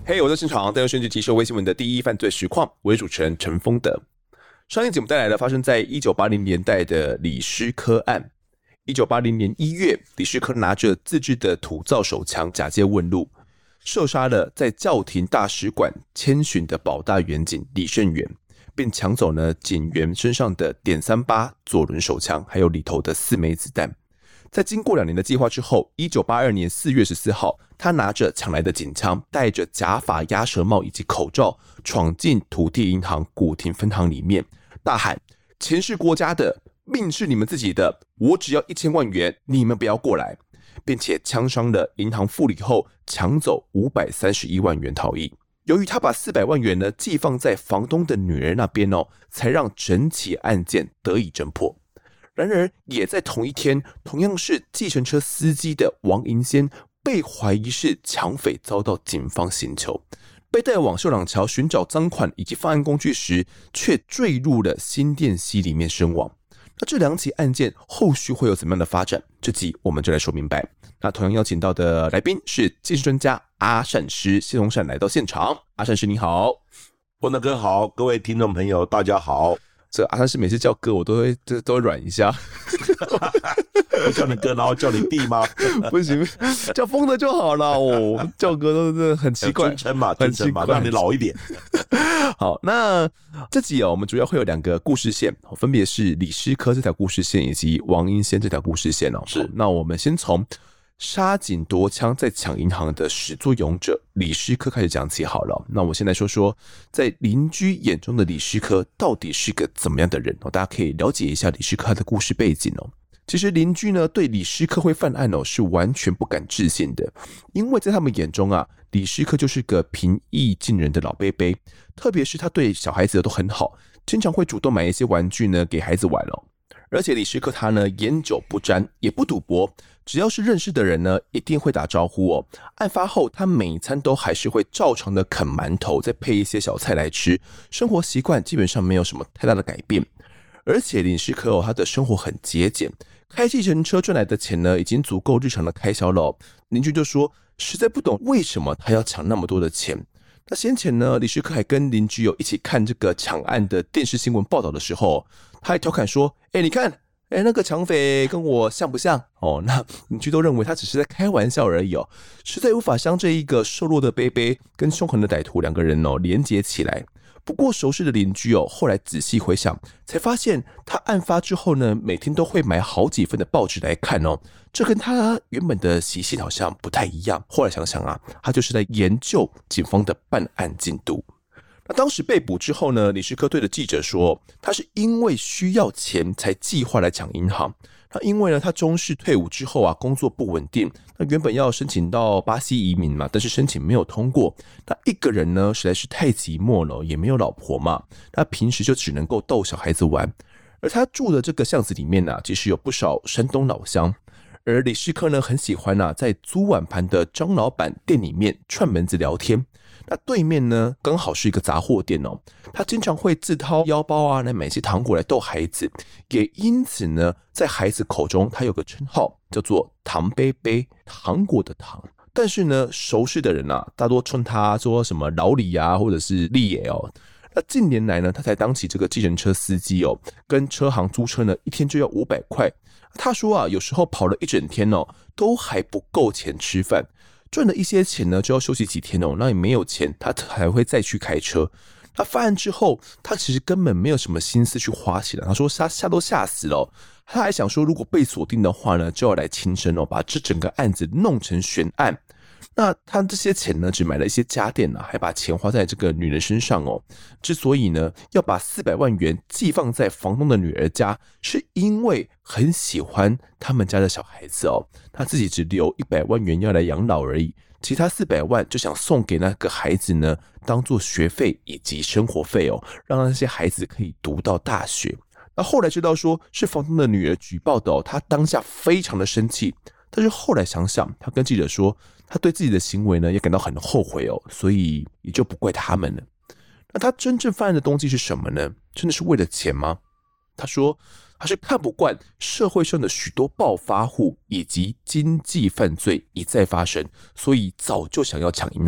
嘿，我在现场，带您顺即收微新闻的第一犯罪实况，我是主持人陈丰德。上一节我们带来了发生在1980年代的李师科案。1980年1月，李师科拿着自制的土造手枪假借问路，射杀了在教廷大使馆千寻的保大员警李胜元，并抢走呢警员身上的.38左轮手枪，还有里头的4枚子弹。在经过2年的计划之后，1982年4月14号，他拿着抢来的警枪，戴着假发鸭舌帽以及口罩，闯进土地银行古亭分行里面，大喊：“钱是国家的，命是你们自己的，我只要1000万元，你们不要过来。”并且枪伤了银行副理后，抢走531万元逃逸。由于他把400万元呢寄放在房东的女儿那边才让整起案件得以侦破。然而，也在同一天，同样是计程车司机的王银仙被怀疑是抢匪，遭到警方刑求，被带往秀朗桥寻找赃款以及犯案工具时，却坠入了新店溪里面身亡。那这2起案件后续会有怎么样的发展？这集我们就来说明白。那同样邀请到的来宾是鉴识专家阿善师谢宗善来到现场。阿善师你好。 丰德哥好，各位听众朋友大家好。 这阿善师每次叫哥我都会软一下。 我叫你哥然后叫你弟吗？ 不行，叫丰德就好了。叫哥都是很奇怪， 尊称嘛，尊称嘛，让你老一点。 好，那这集我们主要会有2个故事线，分别是李师科这条故事线以及王英仙这条故事线。 是， 那我们先从杀警夺枪在抢银行的始作俑者李师科开始讲起好了。那我先来说说，在邻居眼中的李师科到底是个怎么样的人，大家可以了解一下李师科的故事背景。其实邻居呢对李师科会犯案是完全不敢置信的，因为在他们眼中李师科就是个平易近人的老伯伯，特别是他对小孩子都很好，经常会主动买一些玩具呢给孩子玩。而且李师科他呢烟酒不沾，也不赌博，只要是认识的人呢一定会打招呼。案发后他每餐都还是会照常的啃馒头，再配一些小菜来吃，生活习惯基本上没有什么太大的改变。而且李师科他的生活很节俭，开计程车赚来的钱呢已经足够日常的开销了。邻居就说实在不懂为什么他要抢那么多的钱。那先前呢李师科还跟邻居一起看这个抢案的电视新闻报道的时候，他还调侃说你看那个抢匪跟我像不像？那邻居都认为他只是在开玩笑而已实在无法将这一个瘦弱的伯伯跟凶狠的歹徒2个人连结起来。不过熟识的邻居后来仔细回想，才发现他案发之后呢，每天都会买好几份的报纸来看这跟他原本的习性好像不太一样。后来想想他就是在研究警方的办案进度。那当时被捕之后呢，李师科对着记者说，他是因为需要钱才计划来抢银行。那因为呢，他中士退伍之后工作不稳定，那原本要申请到巴西移民嘛，但是申请没有通过。那一个人呢，实在是太寂寞了，也没有老婆嘛，他平时就只能够逗小孩子玩。而他住的这个巷子里面其实有不少山东老乡。而李师科呢，很喜欢在租碗盘的张老板店里面串门子聊天。那对面呢，刚好是一个杂货店他经常会自掏腰包来买些糖果来逗孩子，也因此呢，在孩子口中他有个称号叫做糖杯杯，糖果的糖。但是呢，熟识的人大多称他说什么老李或者是李爷那近年来呢，他才当起这个计程车司机跟车行租车呢，一天就要500块。他说有时候跑了一整天都还不够钱吃饭。赚了一些钱呢，就要休息几天那也没有钱，他还会再去开车。他犯案之后，他其实根本没有什么心思去花钱他说吓都吓死了他还想说，如果被锁定的话呢，就要来轻生把这整个案子弄成悬案。那他这些钱呢，只买了一些家电还把钱花在这个女人身上之所以呢，要把400万元寄放在房东的女儿家，是因为很喜欢他们家的小孩子他自己只留100万元要来养老而已，其他400万就想送给那个孩子呢，当做学费以及生活费让那些孩子可以读到大学。那后来知道说是房东的女儿举报的他当下非常的生气，但是后来想想，他跟记者说，他对自己的行为呢也感到很后悔所以也就不怪他们了。那他真正犯案的动机是什么呢？真的是为了钱吗？他说他是看不惯社会上的许多暴发户以及经济犯罪一再发生，所以早就想要抢银行。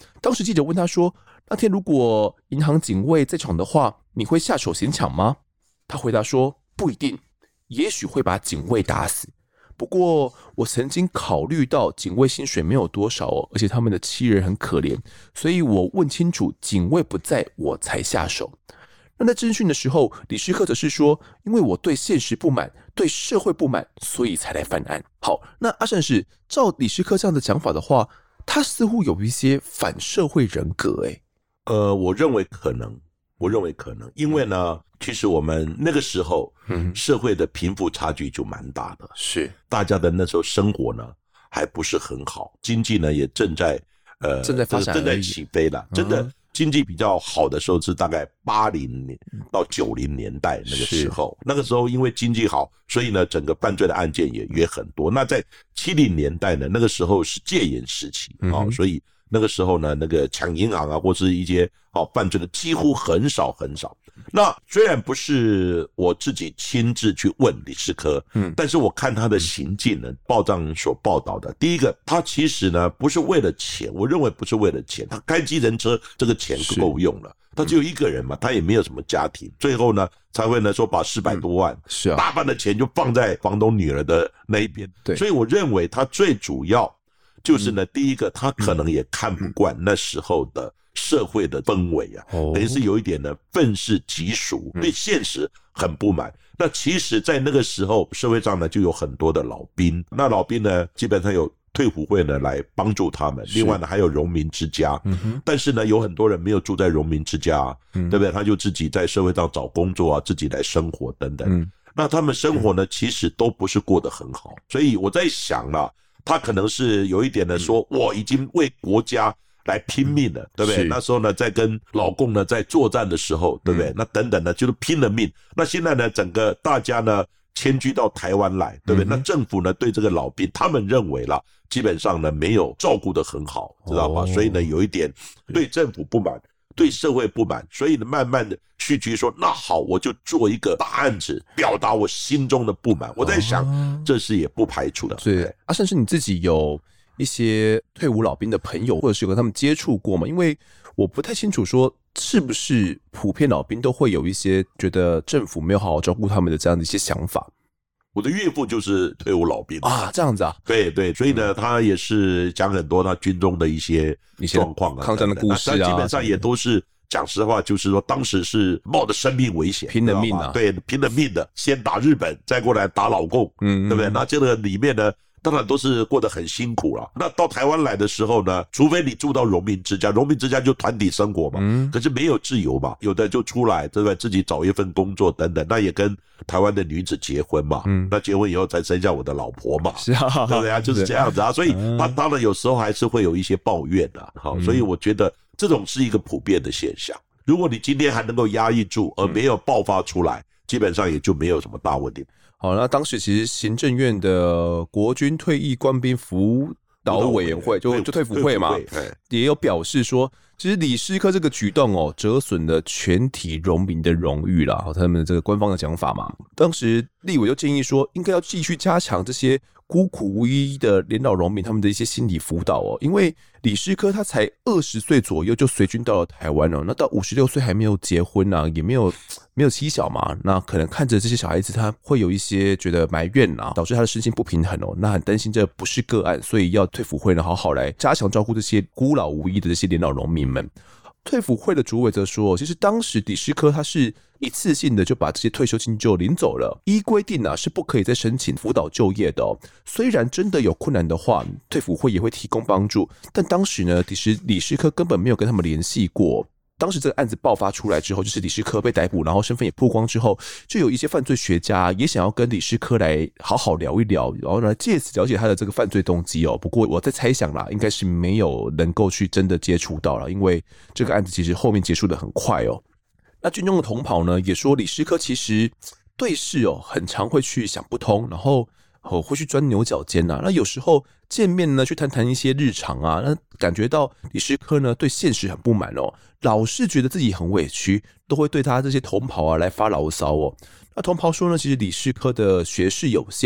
当时记者问他说：“那天如果银行警卫在场的话，你会下手先抢吗？”他回答说：“不一定，也许会把警卫打死。不过我曾经考虑到警卫薪水没有多少而且他们的妻人很可怜，所以我问清楚警卫不在，我才下手。”那在侦讯的时候，李师科则是说：“因为我对现实不满，对社会不满，所以才来犯案。”好，那阿善师照李师科这样的讲法的话，他似乎有一些反社会人格我认为可能，因为呢，其实我们那个时候，社会的贫富差距就蛮大的， 是大家的那时候生活呢还不是很好，经济呢也正在发展， 正在起飞了，真的。经济比较好的时候是大概80年到90年代那个时候，那个时候因为经济好，所以呢整个犯罪的案件也很多。那在70年代呢，那个时候是戒严时期所以那个时候呢，那个抢银行啊，或是一些犯罪的几乎很少很少。那虽然不是我自己亲自去问李师科，但是我看他的行径呢，报章所报道的，第一个，他其实呢不是为了钱，我认为不是为了钱，他开计程车这个钱够用了。他只有一个人嘛，他也没有什么家庭，最后呢才会呢说把400多万，大半的钱就放在房东女儿的那一边。对，所以我认为他最主要就是呢，第一个他可能也看不惯那时候的社会的氛围啊，等于是有一点呢愤世嫉俗，对现实很不满。那其实在那个时候社会上呢就有很多的老兵，那老兵呢基本上有退辅会呢来帮助他们，另外呢还有荣民之家，但是呢有很多人没有住在荣民之家对不对？他就自己在社会上找工作啊，自己来生活等等，那他们生活呢其实都不是过得很好，所以我在想啦，他可能是有一点的说我已经为国家来拼命了，对不对？那时候呢在跟老共呢在作战的时候，对不对？那等等呢就是拼了命。那现在呢整个大家呢迁居到台湾来，对不对？那政府呢对这个老兵他们认为啦基本上呢没有照顾得很好，知道吧？所以呢有一点对政府不满，对社会不满，所以呢慢慢的续集说那好，我就做一个大案子表达我心中的不满。我在想这是也不排除的。 对啊，甚至你自己有一些退伍老兵的朋友，或者是有跟他们接触过吗？因为我不太清楚说是不是普遍老兵都会有一些觉得政府没有好好照顾他们的这样的一些想法。 我的岳父就是退伍老兵啊，这样子啊？ 对对，所以呢，他也是讲很多他军中的一些状况啊， 抗战的故事啊， 基本上也都是讲实话，就是说当时是冒着生命危险， 拼了命啊， 对，拼了命的，先打日本，再过来打老共，对不对？那这个里面呢，当然都是过得很辛苦了。那到台湾来的时候呢，除非你住到荣民之家，荣民之家就团体生活嘛，可是没有自由嘛，有的就出来，对不对？自己找一份工作等等，那也跟台湾的女子结婚嘛，那结婚以后才生下我的老婆嘛， 是啊， 对不对啊？就是这样子啊，所以他当然有时候还是会有一些抱怨的，好，所以我觉得这种是一个普遍的现象。如果你今天还能够压抑住，而没有爆发出来，基本上也就没有什么大问题。 好，那当时其实行政院的国军退役官兵辅导委员会就退辅会嘛，也有表示说，其实李师科这个举动折损了全体荣民的荣誉啦，他们这个官方的讲法嘛。当时立委就建议说，应该要继续加强这些孤苦无依的连老荣民他们的一些心理辅导因为李师科他才20岁左右就随军到了台湾那到56岁还没有结婚啊，也没有妻小嘛，那可能看着这些小孩子他会有一些觉得埋怨导致他的身心不平衡那很担心这不是个案，所以要退辅会呢好好来加强照顾这些孤老无依的这些连老荣民们。退辅会的主委则说，其实当时李师科他是一次性的就把这些退休金就领走了，依规定是不可以再申请辅导就业的虽然真的有困难的话，退辅会也会提供帮助，但当时呢，其实李师科根本没有跟他们联系过。当时这个案子爆发出来之后，就是李师科被逮捕，然后身份也曝光之后，就有一些犯罪学家也想要跟李师科来好好聊一聊，然后呢借此了解他的这个犯罪动机不过我在猜想啦，应该是没有能够去真的接触到了，因为这个案子其实后面结束的很快那军中的同袍呢也说，李师科其实对事很常会去想不通，然后会去钻牛角尖那有时候见面呢去谈谈一些日常那感觉到李师科呢对现实很不满老是觉得自己很委屈，都会对他这些同袍来发牢骚那同袍说呢，其实李师科的学识有限，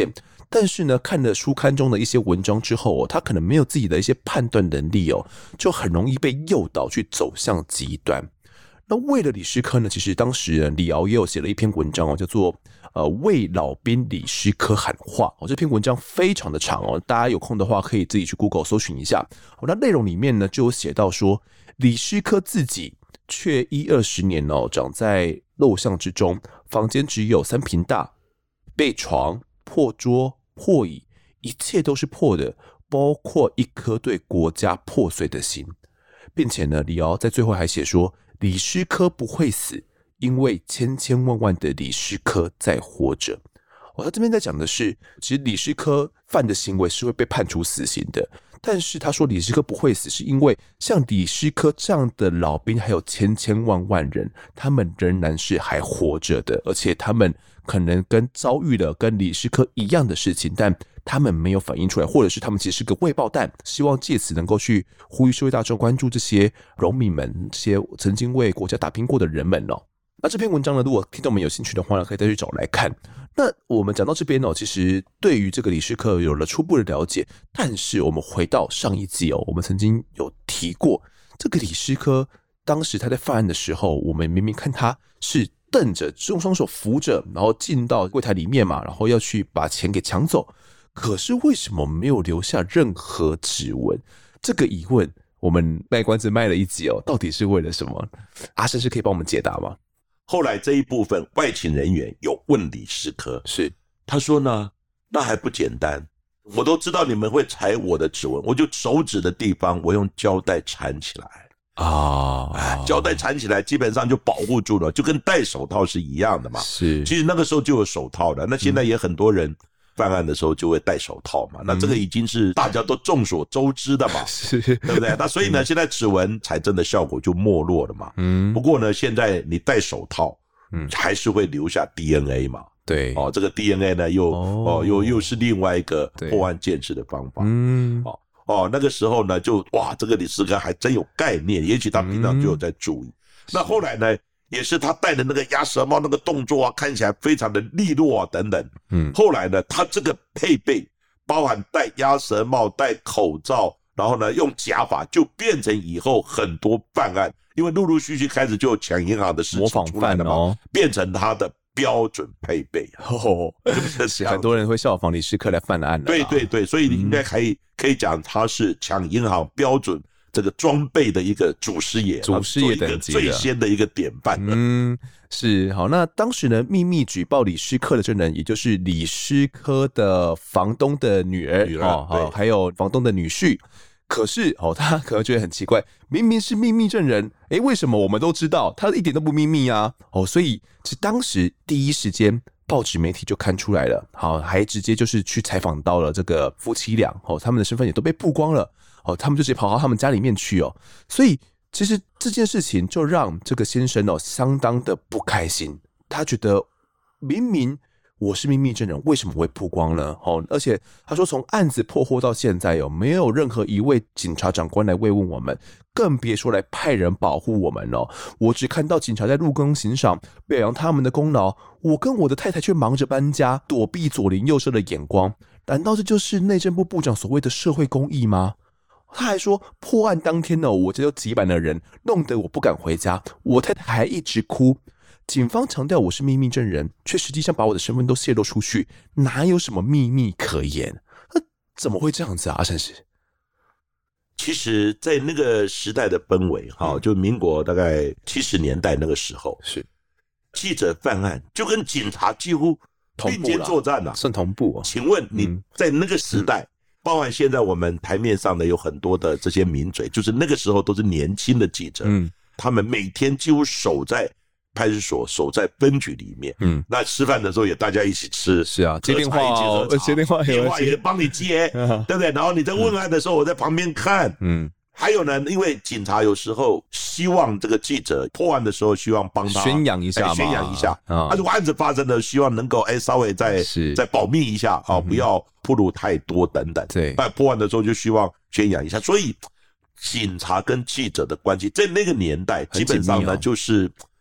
但是呢，看了书刊中的一些文章之后他可能没有自己的一些判断能力就很容易被诱导去走向极端。那为了李师科呢，其实当时李敖也有写了一篇文章叫做为老兵李师科喊话这篇文章非常的长大家有空的话可以自己去 Google 搜寻一下那内容里面呢就有写到说，李师科自己却20年长在陋巷之中，房间只有3坪大，被床、破桌、破椅，一切都是破的，包括一颗对国家破碎的心。并且呢，李敖在最后还写说，李师科不会死，因为千千万万的李师科在活着。他这边在讲的是，其实李师科犯的行为是会被判处死刑的，但是他说李师科不会死，是因为像李师科这样的老兵还有千千万万人，他们仍然是还活着的，而且他们可能遭遇了跟李师科一样的事情，但他们没有反映出来，或者是他们其实是个未爆弹，希望借此能够去呼吁社会大众关注这些荣民们，这些曾经为国家打拼过的人们那这篇文章呢，如果听众们有兴趣的话呢，可以再去找来看。那我们讲到这边其实对于这个李师科有了初步的了解，但是我们回到上一集我们曾经有提过，这个李师科当时他在犯案的时候，我们明明看他是瞪着，用双手扶着，然后进到柜台里面嘛，然后要去把钱给抢走，可是为什么没有留下任何指纹？这个疑问我们卖关子卖了一集到底是为了什么？阿生是可以帮我们解答吗？ 后来这一部分外勤人员有问李师科， 是他说呢，那还不简单，我都知道你们会采我的指纹，我就手指的地方我用胶带缠起来胶带缠起来基本上就保护住了，就跟戴手套是一样的嘛。 是， 其实那个时候就有手套了，那现在也很多人犯案的时候就会戴手套嘛，那这个已经是大家都众所周知的嘛， 是， 对不对？那所以呢，现在指纹采真的效果就没落了嘛。不过呢，现在你戴手套，还是会留下 DNA 嘛。 对， 这个 DNA 呢，又是另外一个破案鉴识的方法。那个时候呢，就哇，这个李师科还真有概念，也许他平常就有在注意。那后来呢？也是他戴的那个鸭舌帽，那个动作看起来非常的利落等等。后来呢，他这个配备包含戴鸭舌帽、戴口罩，然后呢用假发，就变成以后很多犯案，因为陆陆续续开始就有抢银行的事情出来了嘛，变成他的标准配备很多人会效仿李师科来犯案了。 对对对，所以你应该可以讲他是抢银行标准这个装备的一个祖师爷等级的最先的一个典范。 是。好，那当时呢，秘密举报李师科的证人，也就是李师科的房东的女儿还有房东的女婿。可是他可能觉得很奇怪，明明是秘密证人，为什么我们都知道，他一点都不秘密啊？所以是当时第一时间报纸媒体就看出来了，还直接就是去采访到了这个夫妻俩，他们的身份也都被曝光了。他们就直接跑到他们家里面去所以其实这件事情就让这个先生相当的不开心，他觉得明明我是秘密证人，为什么会曝光呢？而且他说从案子破获到现在没有任何一位警察长官来慰问我们，更别说来派人保护我们我只看到警察在陆更行赏，表扬他们的功劳，我跟我的太太却忙着搬家，躲避左邻右舍的眼光，难道这就是内政部部长所谓的社会公益吗？他还说破案当天我家有几百的人，弄得我不敢回家，我太太还一直哭。警方强调我是秘密证人，却实际上把我的身份都泄露出去，哪有什么秘密可言？怎么会这样子啊？阿善师， 其实在那个时代的氛围就民国大概70年代那个时候， 是记者犯案就跟警察几乎并肩作战算同步请问你在那个时代包含现在我们台面上的有很多的这些名嘴，就是那个时候都是年轻的记者，他们每天几乎守在派出所，守在分局里面，那吃饭的时候也大家一起吃， 是啊，接电话接电话也帮你接，对不对？然后你在问案的时候，我在旁边看，还有呢，因为警察有时候希望这个记者破案的时候，希望帮他宣扬一下如果案子发生了，希望能够稍微再保密一下不要暴露太多等等。 对， 但破案的时候就希望宣扬一下，所以警察跟记者的关系在那个年代基本上呢就是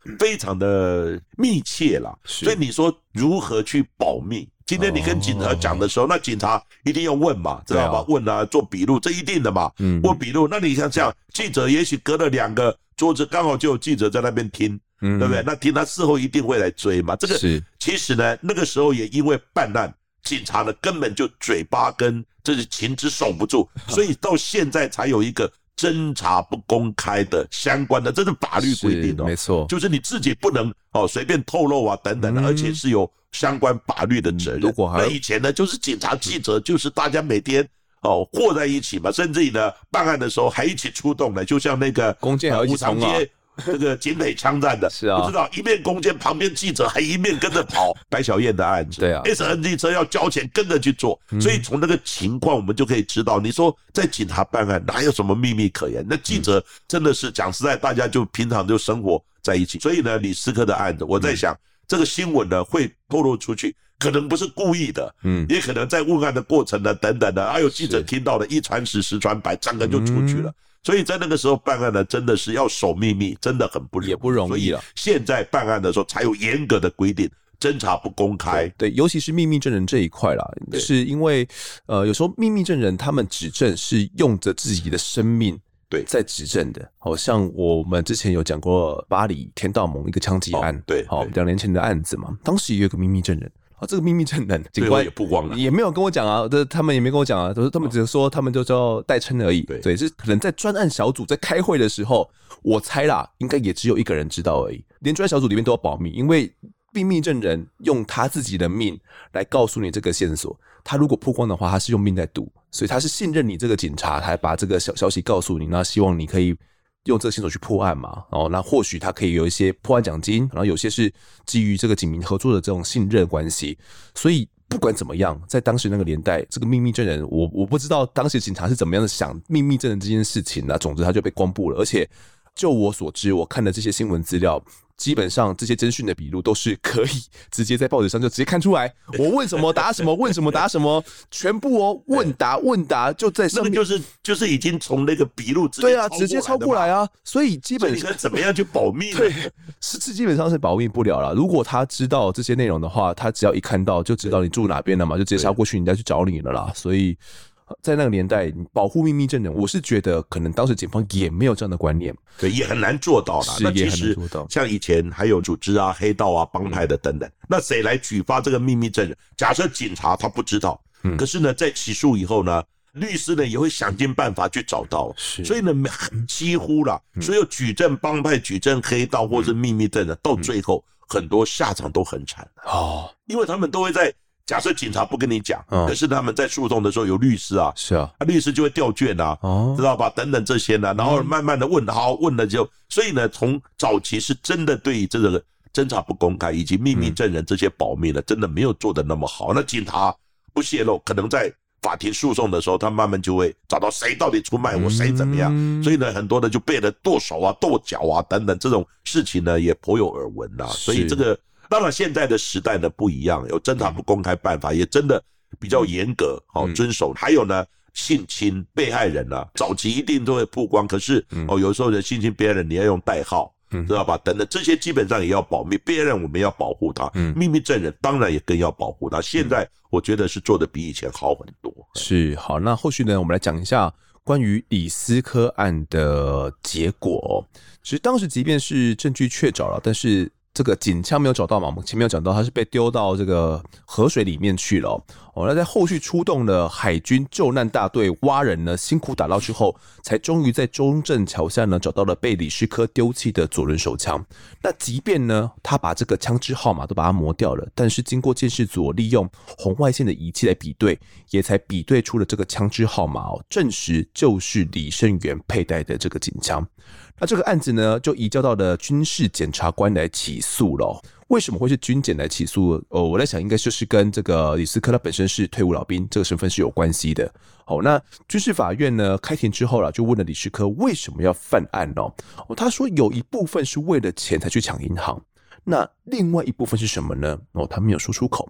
非常的密切啦。所以你说如何去保密？今天你跟警察讲的时候，那警察一定要问嘛，知道吧？问啊，做笔录，这一定的嘛。问笔录，那你像这样，记者也许隔了2个桌子，刚好就有记者在那边听，对不对？那听他事后一定会来追嘛。这个其实呢，那个时候也因为办案，警察呢根本就嘴巴跟这是情之守不住，所以到现在才有一个侦查不公开的相关的，这是法律规定没错， 就是你自己不能随便透露啊等等的，而且是有相关法律的责任。如果那以前呢，就是警察记者就是大家每天和在一起嘛，甚至于呢办案的时候还一起出动的，就像那个弓箭还一起冲啊。 这个警匪枪战的，是啊，不知道一面攻坚，旁边记者还一面跟着跑。白小燕的案子，对啊 ，SNG 车要交钱跟着去做，所以从那个情况我们就可以知道，你说在警察办案哪有什么秘密可言？那记者真的是讲实在，大家就平常就生活在一起，所以呢，李斯科的案子，我在想这个新闻呢会透露出去。可能不是故意的，也可能在问案的过程呢，等等的，还有记者听到的一传十，十传百，整个就出去了。所以在那个时候办案呢，真的是要守秘密，真的很也不容易了。现在办案的时候才有严格的规定，侦查不公开。 对，尤其是秘密证人这一块啦，是因为有时候秘密证人他们指证是用着自己的生命。 对， 在指证的，好像我们之前有讲过巴黎天道盟一个枪击案， 对， 好2年前的案子嘛，当时也有个秘密证人。这个秘密证人警官也曝光了， 也没有跟我讲啊，他们也没跟我讲啊，他们只是说他们就叫代称而已。对，是可能在专案小组在开会的时候，我猜啦，应该也只有一个人知道而已，连专案小组里面都要保密，因为秘密证人用他自己的命来告诉你这个线索，他如果曝光的话，他是用命在赌，所以他是信任你这个警察，才把这个消息告诉你，那希望你可以用这个线索去破案嘛，那或许他可以有一些破案奖金，然后有些是基于这个警民合作的这种信任关系，所以不管怎么样，在当时那个年代，这个秘密证人，我不知道当时警察是怎么样的想秘密证人这件事情啊，总之他就被公布了，而且就我所知，我看的这些新闻资料。基本上这些侦讯的笔录都是可以直接在报纸上就直接看出来，我问什么答什么，问什么答什么，全部问答就在上面， 那个就是已经从那个笔录直接抄过来啊，所以基本上怎么样去保密呢？ 对，是基本上是保密不了了。如果他知道这些内容的话，他只要一看到就知道你住哪边了嘛，就直接杀过去，人家去找你了啦。所以在那个年代，保护秘密证人，我是觉得可能当时警方也没有这样的观念， 对，也很难做到啦。那其实像以前还有组织啊、黑道啊、帮派的等等，那谁来举发这个秘密证人？假设警察他不知道，可是呢，在起诉以后呢，律师呢也会想尽办法去找到，所以呢，几乎啦，所有举证帮派、举证黑道或是秘密证人，到最后很多下场都很惨因为他们都会在。假设警察不跟你讲，可是他们在诉讼的时候有律师啊， 是啊， 律师就会调卷啊，知道吧？等等这些呢，然后慢慢的问了就，所以呢，从早期是真的对于这个侦查不公开以及秘密证人这些保密呢，真的没有做得那么好。那警察不泄露，可能在法庭诉讼的时候，他慢慢就会找到谁到底出卖我，谁怎么样，所以呢，很多的就被人剁手啊、剁脚啊等等这种事情呢，也颇有耳闻啦。所以这个。当然，现在的时代呢不一样，有侦查不公开办法，也真的比较严格，遵守。还有呢，性侵被害人啊，早期一定都会曝光，可是有时候的性侵被害人你要用代号，知道吧？等等，这些基本上也要保密。被害人我们要保护他，秘密证人当然也更要保护他。现在我觉得是做的比以前好很多。 是，好，那后续呢，我们来讲一下关于李斯科案的结果。其实当时即便是证据确凿了，但是这个警枪没有找到嘛？我们前面有讲到，他是被丢到这个河水里面去了。那在后续出动了海军救难大队蛙人呢，辛苦打捞之后，才终于在中正桥下呢找到了被李师科丢弃的左轮手枪。那即便呢他把这个枪支号码都把它磨掉了，但是经过鉴识组利用红外线的仪器来比对，也才比对出了这个枪支号码证实就是李胜元佩戴的这个警枪。那这个案子呢，就移交到了军事检察官来起诉了。为什么会是军检来起诉？我在想，应该就是跟这个李斯科他本身是退伍老兵这个身份是有关系的。好，那军事法院呢开庭之后啦，就问了李师科为什么要犯案哦？他说有一部分是为了钱才去抢银行，那另外一部分是什么呢？他没有说出口。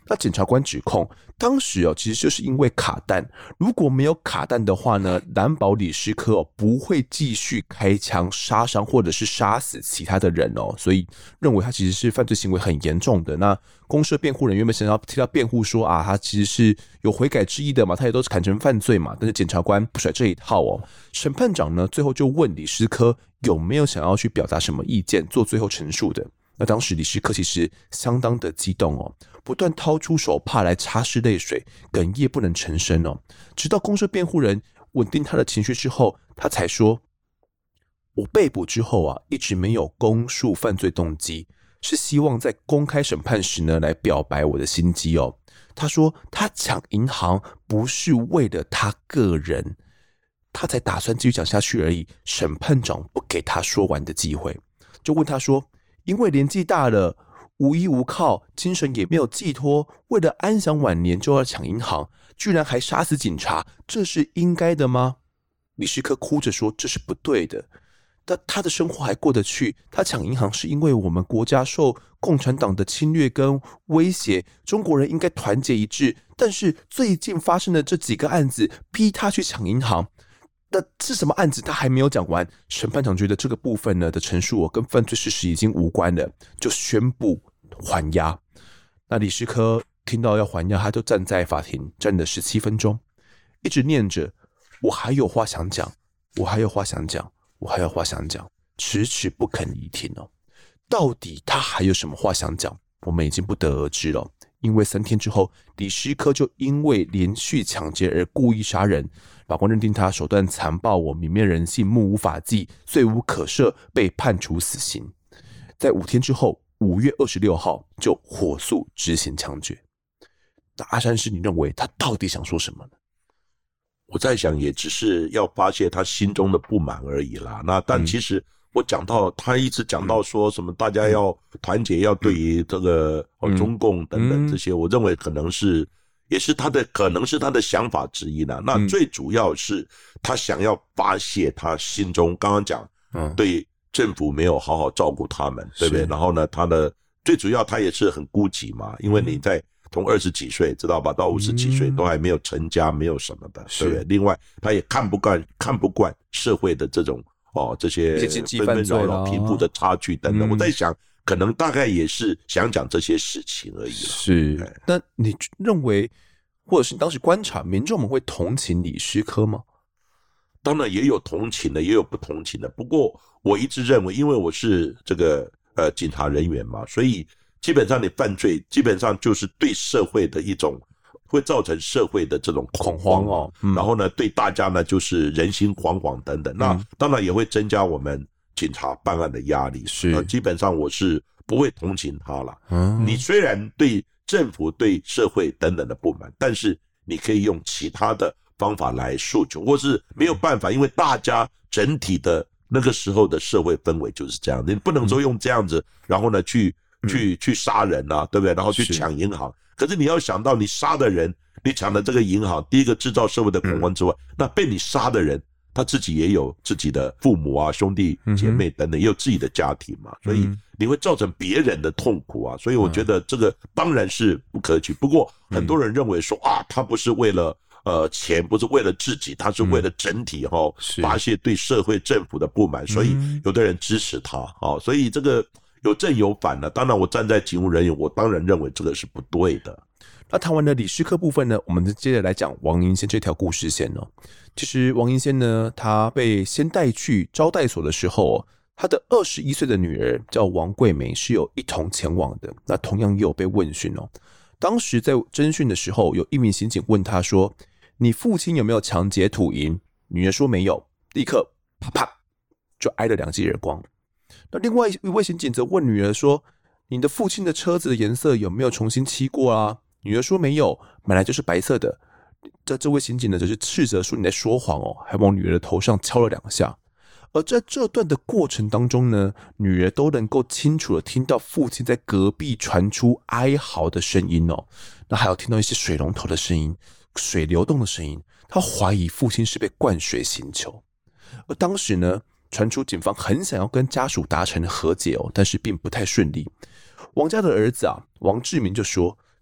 那检察官指控，当时其实就是因为卡弹，如果没有卡弹的话呢，蓝宝李师科不会继续开枪杀伤或者是杀死其他的人所以认为他其实是犯罪行为很严重的。那公社辩护人原本想要替他辩护说他其实是有悔改之意的嘛，他也都是砍成犯罪嘛，但是检察官不甩这一套审判长呢最后就问李师科有没有想要去表达什么意见做最后陈述的。那当时李师科其实相当的激动不断掏出手帕来擦拭泪水，哽咽不能成声直到公社辩护人稳定他的情绪之后，他才说：“我被捕之后一直没有供述犯罪动机，是希望在公开审判时呢来表白我的心迹他说他抢银行不是为了他个人，他才打算继续讲下去而已。审判长不给他说完的机会，就问他说：因为年纪大了，无依无靠，精神也没有寄托，为了安享晚年就要抢银行，居然还杀死警察，这是应该的吗？李师科哭着说这是不对的，但他的生活还过得去。他抢银行是因为我们国家受共产党的侵略跟威胁，中国人应该团结一致。但是最近发生的这几个案子逼他去抢银行，那是什么案子他还没有讲完。审判长觉得这个部分呢的陈述跟犯罪事实已经无关了，就宣布还押。那李师科听到要还押，他就站在法庭站了17分钟，一直念着我还有话想讲，我还有话想讲，我还有话想讲，迟迟不肯离庭到底他还有什么话想讲，我们已经不得而知了。因为3天之后，李师科就因为连续抢劫而故意杀人，法官认定他手段残暴，泯灭人性，目无法纪，罪无可赦，被判处死刑。在5天之后，5月26号就火速执行枪决。那阿山师，你认为他到底想说什么呢？ 我在想，也只是要发泄他心中的不满而已啦。那但其实我讲到他一直讲到说什么大家要团结，要对于这个中共等等这些，我认为可能是也是可能是他的想法之一啦。那最主要是他想要发泄他心中刚刚讲对政府没有好好照顾他们，对不对？然后呢，他的最主要他也是很孤寂嘛，因为你在从20几岁知道吧，到50几岁都还没有成家，没有什么的，对不对？另外，他也看不惯社会的这种这些纷纷扰扰、贫富的差距等等。我在想，可能大概也是想讲这些事情而已了。 是，那你认为，或者是你当时观察，民众们会同情李师科吗？ 当然也有同情的，也有不同情的。不过我一直认为，因为我是这个警察人员嘛，所以基本上你犯罪，基本上就是对社会的一种，会造成社会的这种恐慌然后呢，对大家呢就是人心惶惶等等。那当然也会增加我们警察办案的压力。 是， 基本上我是不会同情他了。你虽然对政府、对社会等等的不满，但是你可以用其他的方法来诉求，或是没有办法，因为大家整体的那个时候的社会氛围就是这样，你不能说用这样子，然后呢去杀人啊，对不对？然后去抢银行。可是你要想到，你杀的人，你抢的这个银行，第一个制造社会的恐慌之外，那被你杀的人，他自己也有自己的父母啊、兄弟姐妹等等，也有自己的家庭嘛，所以你会造成别人的痛苦啊。所以我觉得这个当然是不可取。不过很多人认为说他不是为了钱，不是为了自己，他是为了整体发泄对社会政府的不满，所以有的人支持他所以这个有正有反的。当然我站在警务人员，我当然认为这个是不对的。 那谈完了李师科部分呢，我们接着来讲王银仙这条故事线其实王银仙呢，他被先带去招待所的时候他的21岁的女儿叫王桂梅，是有一同前往的。那同样也有被问讯当时在侦讯的时候，有一名刑警问他说：“你父亲有没有抢劫土银？”女儿说没有，立刻啪啪就挨了2记耳光。那另外一位刑警则问女儿说：“你的父亲的车子的颜色有没有重新漆过啊？”女儿说没有，本来就是白色的。这位刑警呢，则是斥责说你在说谎还往女儿的头上敲了2下。而在这段的过程当中呢，女儿都能够清楚的听到父亲在隔壁传出哀嚎的声音那还有听到一些水龙头的声音、水流动的声音。他怀疑父亲是被灌水刑求。而当时呢，传出警方很想要跟家属达成和解但是并不太顺利。王家的儿子王志明就说：“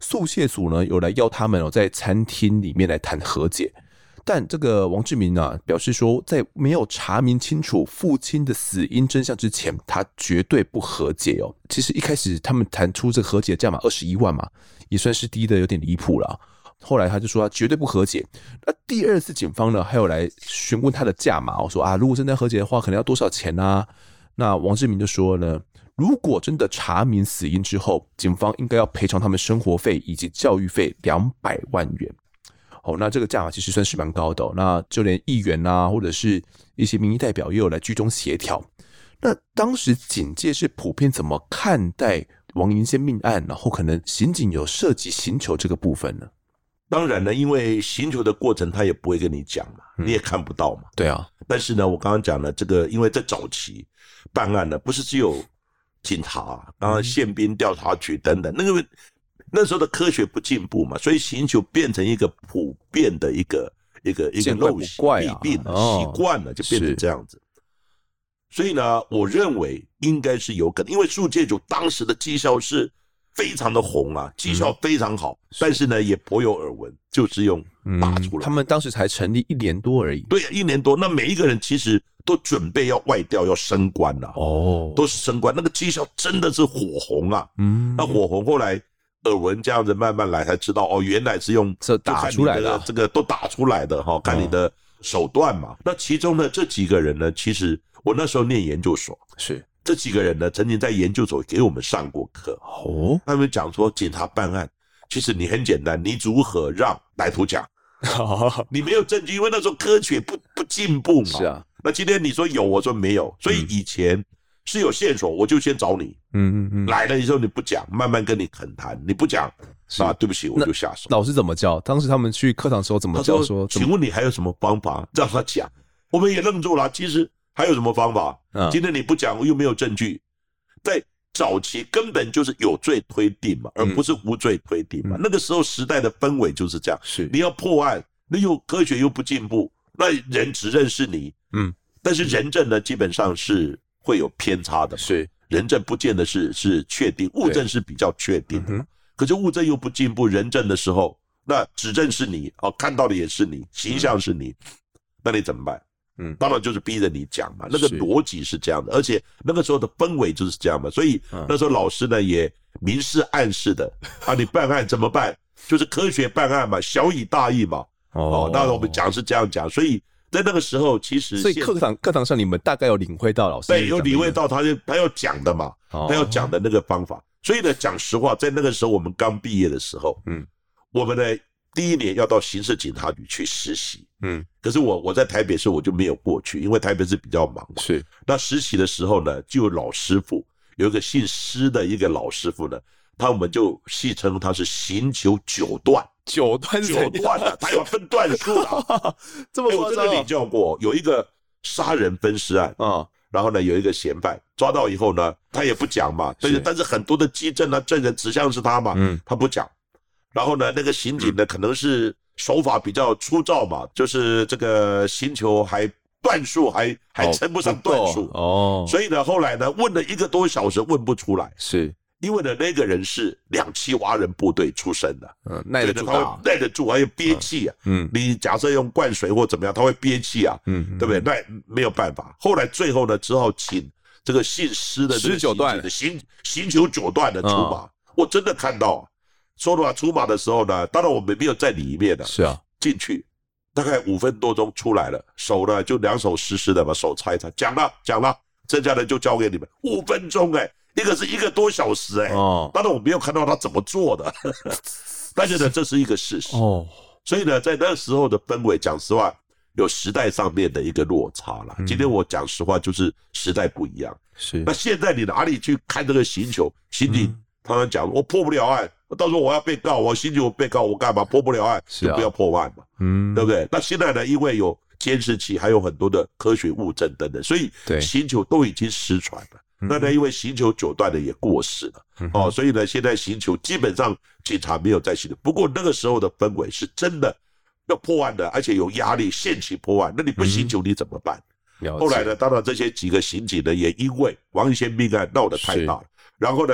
宿械组呢有来邀他们在餐厅里面来谈和解。但这个王志民啊表示说，在没有查明清楚父亲的死因真相之前，他绝对不和解哦。其实一开始他们谈出这个和解价码21万嘛，也算是低的有点离谱了。后来他就说他绝对不和解。那第二次警方呢还有来询问他的价码哦，说啊如果真的和解的话，可能要多少钱啊？那王志民就说呢，如果真的查明死因之后，警方应该要赔偿他们生活费以及教育费200万元。那这个价码其实算是蛮高的那就连议员啊，或者是一些民意代表也有来居中协调。那当时警界是普遍怎么看待王银仙命案，然后可能刑警有涉及刑求这个部分呢？ 当然呢，因为刑求的过程他也不会跟你讲嘛，你也看不到嘛。 对啊。 但是呢，我刚刚讲了这个，因为在早期办案呢，不是只有警察，刚刚宪兵调查局等等，那时候的科学不进步嘛，所以刑求变成一个普遍的一个陋习弊病习惯了，就变成这样子。所以呢，我认为应该是有可能，因为宿戒组当时的绩效是非常的红啊，绩效非常好，但是呢也颇有耳闻，就是用打出来。 他们当时才成立1年多而已。 对，1年多，那每一个人其实都准备要外调，要升官了都是升官，那个绩效真的是火红啊。那火红后来耳闻这样子慢慢来才知道原来是用这打出来的， 这个都打出来的看你的手段嘛。那其中呢这几个人呢，其实我那时候念研究所， 是这几个人呢曾经在研究所给我们上过课他们讲说警察办案其实你很简单，你如何让歹徒讲你没有证据，因为那时候科学不进步嘛。 是啊。 那今天你说有，我说没有，所以以前是有线索我就先找你来了以后你不讲，慢慢跟你恳谈，你不讲对不起我就下手。 老师怎么教？当时他们去课堂的时候怎么教？说请问你还有什么方法让他讲？我们也愣住了，其实还有什么方法今天你不讲又没有证据，在早期根本就是有罪推定嘛，而不是无罪推定嘛。那个时候时代的氛围就是这样， 是你要破案，那又科学又不进步，那人只认识你但是人证呢基本上是会有偏差的嘛， 是人证不见得是确定，物证是比较确定的可是物证又不进步，人证的时候那指证是你看到的也是你，形象是你那你怎么办？当然就是逼着你讲嘛，那个逻辑是这样的，而且那个时候的氛围就是这样嘛，所以那时候老师呢也明示暗示的你办案怎么办？就是科学办案嘛，小以大义嘛那我们讲是这样讲，所以在那个时候其实所以课堂上你们大概有领会到老师对有领会到他要讲的嘛他要讲的那个方法。所以呢讲实话，在那个时候我们刚毕业的时候我们呢第1年要到刑事警察局去实习可是我在台北市我就没有过去，因为台北市比较忙嘛。 是那实习的时候呢，就有老师傅，有一个姓施的一个老师傅呢，我们就戏称他是刑求9段 9段的，他有分段数的这么夸张。 我真的领教过，有一个杀人分尸案然后呢有一个嫌犯抓到以后呢，他也不讲嘛，但是很多的基证证人指向是他嘛他不讲。然后呢那个刑警呢可能是手法比较粗糙嘛，就是这个刑求还段数还称不上段数所以呢后来呢问了1个多小时问不出来， 是因为呢那个人是2栖蛙人部队出身的耐得住耐得住，还有憋气你假设用灌水或怎么样他会憋气对不对？那没有办法，后来最后呢只好请这个姓施的 19段的刑求9段的出马我真的看到说的话，出马的时候呢，当然我们没有在里面的， 是进去大概5分多钟出来了，手呢就2手湿湿的，把手擦一擦，讲了，剩下的就交给你们。5分钟一个是1个多小时当然我没有看到他怎么做的，但是呢这是一个事实所以呢在那时候的氛围，讲实话有时代上面的一个落差了。今天我讲实话就是时代不一样， 是那现在你哪里去看这个刑求？刑警他们讲我破不了案，到时候我要被告，我刑求被告，我干嘛破不了案？就不要破案嘛对不对？那现在呢因为有监视器，还有很多的科学物证等等，所以刑求都已经失传了那呢因为刑求9段的也过世了所以呢现在刑求基本上警察没有在行的。不过那个时候的氛围是真的要破案的，而且有压力，限期破案，那你不刑求你怎么办后来呢当然这些几个刑警呢也因为王一仙命案闹得太大了然后呢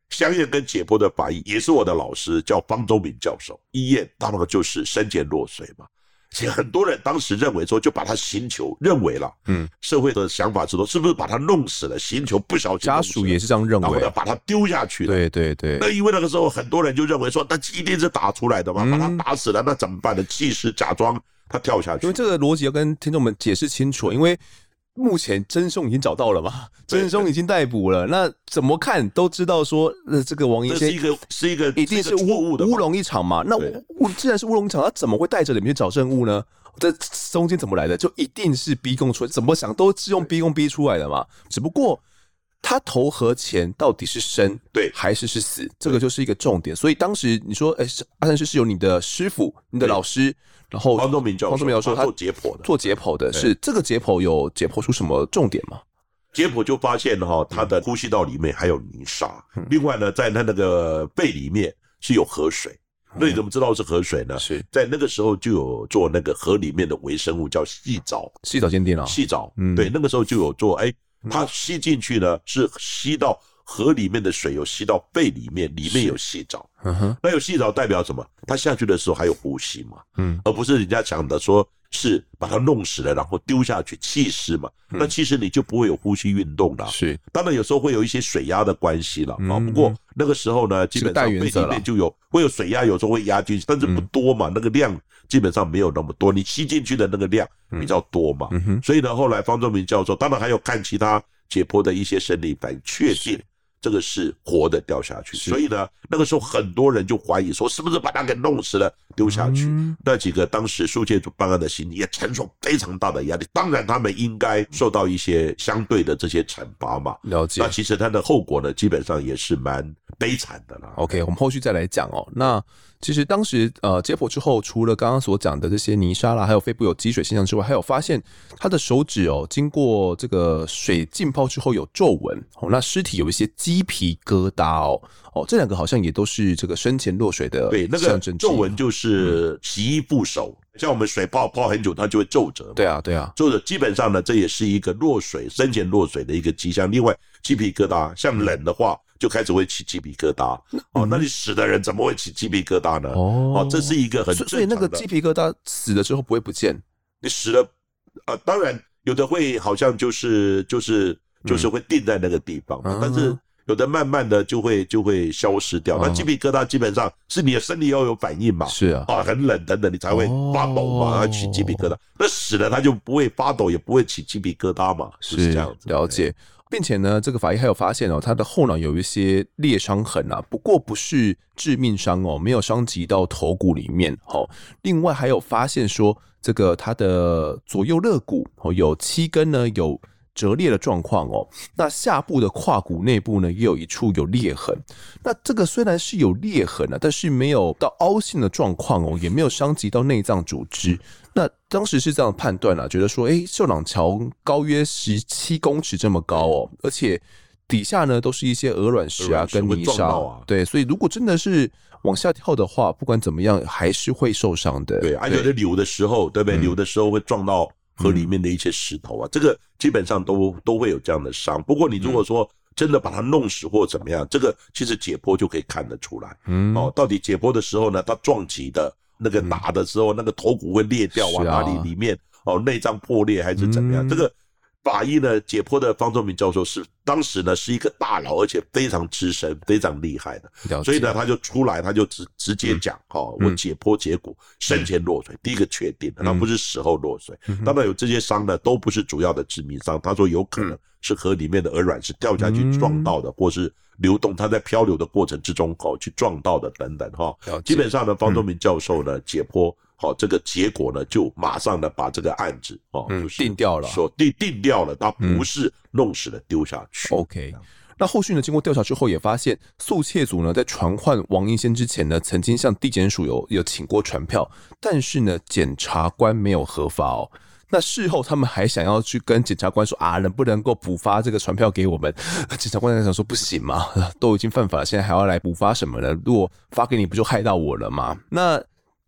相验跟解剖的法医也是我的老师，叫方宗明教授。医验当然就是生前落水嘛。其实很多人当时认为说，就把他刑求，认为了，社会的想法是说，是不是把他弄死了，刑求不小心， 家属也是这样认为， 然后呢把他丢下去了。 对对对。 那因为那个时候很多人就认为说，那一定是打出来的嘛，把他打死了，那怎么办呢？弃尸假装他跳下去。 因为这个逻辑要跟听众们解释清楚，因为目前真凶已经找到了嘛，真凶已经逮捕了，那怎么看都知道说，这个王银仙是一个一定是乌龙一场嘛。那既然是乌龙一场，他怎么会带着你们去找证物呢？这中间怎么来的？就一定是逼供出来，怎么想都是用逼供逼出来的嘛。只不过他投河前到底是生对还是死，这个就是一个重点。所以当时你说，阿善师是有你的师傅、你的老师，然后方宗明教授他做解剖的， 是这个解剖有解剖出什么重点吗？ 解剖就发现他的呼吸道里面还有泥沙，另外呢，在他那个肺里面是有河水。那你怎么知道是河水呢？ 是在那个时候就有做那个河里面的微生物叫细藻鉴定了。 细藻，对，那个时候就有做，它吸进去呢是吸到河里面的水，有吸到肺里面，里面有细藻。那有细藻代表什么？它下去的时候还有呼吸嘛，而不是人家讲的说是把它弄死了然后丢下去弃尸嘛，那其实你就不会有呼吸运动了。 是， 当然有时候会有一些水压的关系了，不过那个时候呢，基本上肺里面就会有水压，有时候会压进去，但是不多嘛，那个量基本上没有那么多，你吸进去的那个量比较多嘛，所以呢，后来方宗明教授，当然还有看其他解剖的一些生理反应，确定这个是活的掉下去，所以呢，那个时候很多人就怀疑说，是不是把他给弄死了丢下去？那几个当时苏窃组办案的刑警也承受非常大的压力，当然他们应该受到一些相对的这些惩罚嘛。 了解。 那其实他的后果呢，基本上也是蛮悲惨的啦。 OK， 我们后续再来讲哦。那其实当时解剖之后，除了刚刚所讲的这些泥沙啦，还有肺部有积水现象之外，还有发现他的手指经过这个水浸泡之后有皱纹那尸体有一些鸡皮疙瘩这两个好像也都是这个生前落水的象征。 对，那个皱纹就是洗衣不熟，像我们水泡很久它就会皱褶。 对啊对啊， 皱褶基本上呢，这也是一个落水生前落水的一个迹象。另外鸡皮疙瘩，像冷的话就开始会起鸡皮疙瘩那你死的人怎么会起鸡皮疙瘩呢？这是一个很正常的。 所以那个鸡皮疙瘩死了之后不会不见？ 你死了当然有的会好像就是会定在那个地方，但是有的慢慢的就会消失掉。那鸡皮疙瘩基本上是你的身体要有反应嘛， 是啊， 很冷等等，你才会发抖嘛，起鸡皮疙瘩。那死了他就不会发抖，也不会起鸡皮疙瘩嘛，是这样子。 了解。并且呢，这个法医还有发现他的后脑有一些裂伤痕不过不是致命伤没有伤及到头骨里面另外还有发现说，这个他的左右肋骨有7根呢有折裂的状况那下部的胯骨内部呢也有一处有裂痕。那这个虽然是有裂痕但是没有到凹陷的状况也没有伤及到内脏组织。那当时是这样判断觉得说秀朗桥高约17公尺这么高而且底下呢都是一些鹅卵石跟泥沙对，所以如果真的是往下跳的话，不管怎么样还是会受伤的。 对，有的流的时候，对不对？流的时候会撞到河里面的一些石头这个基本上都会有这样的伤。不过你如果说真的把它弄死或怎么样，这个其实解剖就可以看得出来。到底解剖的时候呢，它撞击的那个打的时候，那个头骨会裂掉哪里面内脏破裂还是怎么样？这个法医呢解剖的方宗明教授当时呢是一个大佬，而且非常资深非常厉害的，所以呢他就出来他就直接讲我解剖结果生前落水，第一个确定的，他不是死后落水。当然有这些伤呢都不是主要的致命伤，他说有可能是河里面的鹅卵石掉下去撞到的，或是流动它在漂流的过程之中去撞到的等等基本上呢方宗明教授呢解剖这个结果呢就马上呢把这个案子就是定掉了， 说定掉了，他不是弄死了丢下去。 OK， 那后续呢经过调查之后也发现，速窃组呢在传唤王银仙之前呢，曾经向地检署有请过传票，但是呢检察官没有核发那事后他们还想要去跟检察官说能不能够补发这个传票给我们？检察官在想说不行嘛，都已经犯法了，现在还要来补发什么呢？如果发给你不就害到我了吗？那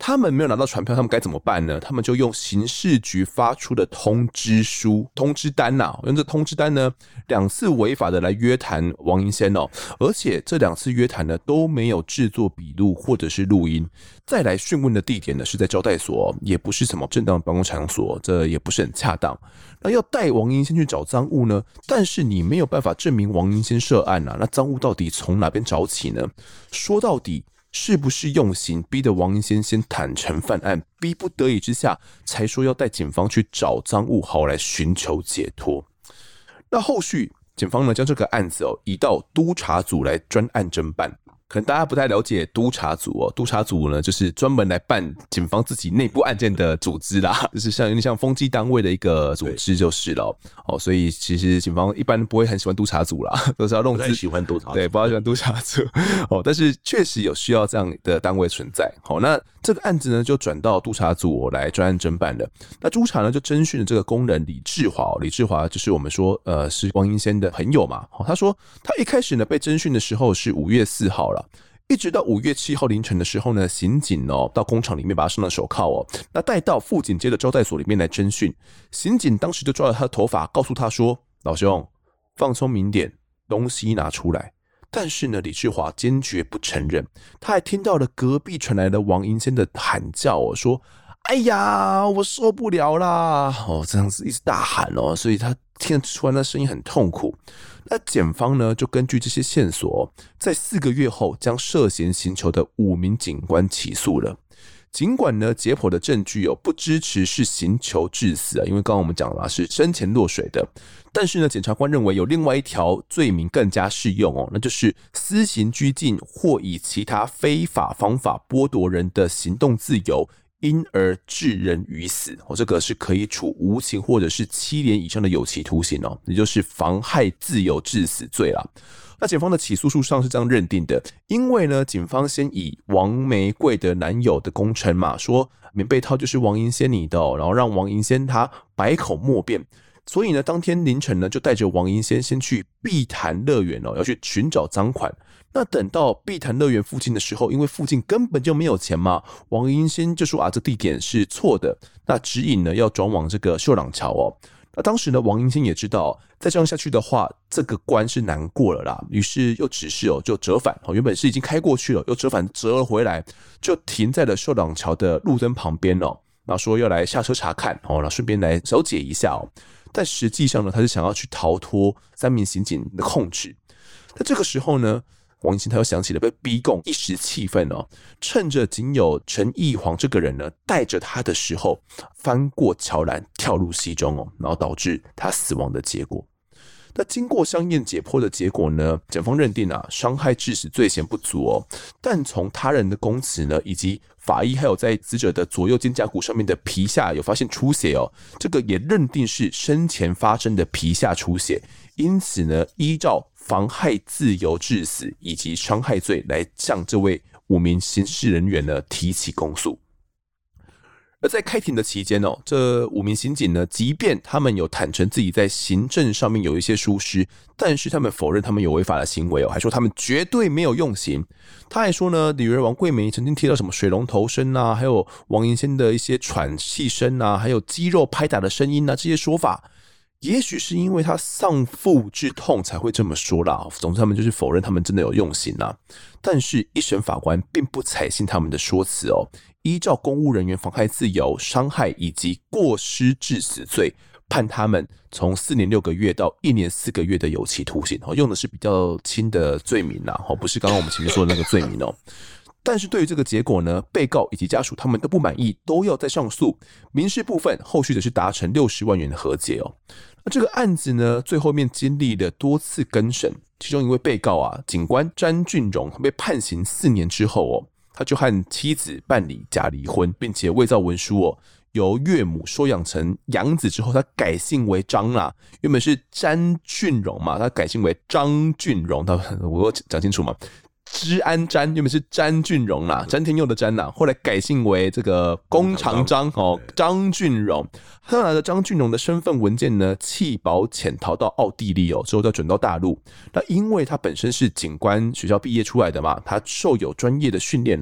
他们没有拿到传票，他们该怎么办呢？他们就用刑事局发出的通知书、通知单用这通知单呢2次违法的来约谈王银仙而且这2次约谈呢都没有制作笔录或者是录音。再来讯问的地点呢是在招待所，也不是什么正当的办公场所，这也不是很恰当。那要带王银仙去找赃物呢，但是你没有办法证明王银仙涉案那赃物到底从哪边找起呢？说到底，是不是用刑逼得王银仙先坦诚犯案，逼不得已之下才说要带警方去找赃物，好来寻求解脱？那后续警方呢将这个案子移到督察组来专案侦办。可能大家不太了解督察组督察组呢就是专门来办警方自己内部案件的组织啦，就是有点像风纪单位的一个组织就是了所以其实警方一般不会很喜欢督察组啦，都是要弄不太喜欢督察组， 对，不太喜欢督察组但是确实有需要这样的单位存在那这个案子呢就转到督察组来专案侦办了。那督察呢就侦讯了这个工人李志华李志华就是我们说是王银仙的朋友嘛他说他一开始呢被侦讯的时候是5月4号了，一直到5月7号凌晨的时候呢，刑警到工厂里面把他上了手铐那带到富锦街的招待所里面来侦讯。刑警当时就抓了他的头发，告诉他说：“老兄，放聪明点，东西拿出来。”但是呢，李志华坚决不承认。他还听到了隔壁传来了王银仙的喊叫说：“哎呀，我受不了啦！”这样子一直大喊所以他听得出来那声音很痛苦。那检方呢就根据这些线索在4个月后将涉嫌刑求的5名警官起诉了。尽管呢解剖的证据不支持是刑求致死因为刚刚我们讲了是生前落水的，但是呢检察官认为有另外一条罪名更加适用那就是私刑拘禁或以其他非法方法剥夺人的行动自由，因而致人于死这个是可以处无期或者是7年以上的有期徒刑也就是妨害自由致死罪啦。那检方的起诉书上是这样认定的，因为呢警方先以王玫瑰的男友的供称嘛，说棉被套就是王银仙你的然后让王银仙他百口莫辩。所以呢当天凌晨呢就带着王银仙先去碧潭乐园要去寻找赃款。那等到碧潭乐园附近的时候，因为附近根本就没有钱嘛，王银仙就说这地点是错的，那指引呢要转往这个秀朗桥那当时呢王银仙也知道再这样下去的话这个关是难过了啦，于是又指示就折返原本是已经开过去了，又折返折了回来，就停在了秀朗桥的路灯旁边那说要来下车查看那顺便来小解一下但实际上呢他是想要去逃脱3名刑警的控制。在这个时候呢王银仙他又想起了被逼供一时气愤趁着仅有陈义煌这个人呢带着他的时候，翻过桥栏跳入溪中然后导致他死亡的结果。那经过相验解剖的结果呢，检方认定伤害致死罪嫌不足但从他人的供词呢，以及法医还有在死者的左右肩胛骨上面的皮下有发现出血这个也认定是生前发生的皮下出血，因此呢依照妨害自由致死以及伤害罪来向这位5名刑事人员呢提起公诉。而在开庭的期间这5名刑警呢，即便他们有坦诚自己在行政上面有一些疏失，但是他们否认他们有违法的行为还说他们绝对没有用刑。他还说呢，女儿王桂梅曾经提到什么水龙头声还有王银仙的一些喘气声还有肌肉拍打的声音这些说法，也许是因为他丧父之痛才会这么说啦。总之他们就是否认他们真的有用刑但是一审法官并不采信他们的说辞依照公务人员妨害自由、伤害以及过失致死罪，判他们从4年6个月到1年4个月的有期徒刑用的是比较轻的罪名不是刚刚我们前面说的那个罪名但是对于这个结果呢，被告以及家属他们都不满意，都要再上诉。民事部分后续的是达成60万元的和解那这个案子呢，最后面经历了多次更审，其中一位被告警官詹俊荣被判刑4年之后他就和妻子办理假离婚，并且伪造文书由岳母收养成养子之后，他改姓为张啦，原本是詹俊荣嘛，他改姓为张俊荣，我有讲清楚吗？知安詹原本是詹俊荣啦，詹天佑的詹啦，后来改姓为这个弓长张张俊荣。他拿着张俊荣的身份文件呢，弃保潜逃到奥地利之后再转到大陆。那因为他本身是警官学校毕业出来的嘛，他受有专业的训练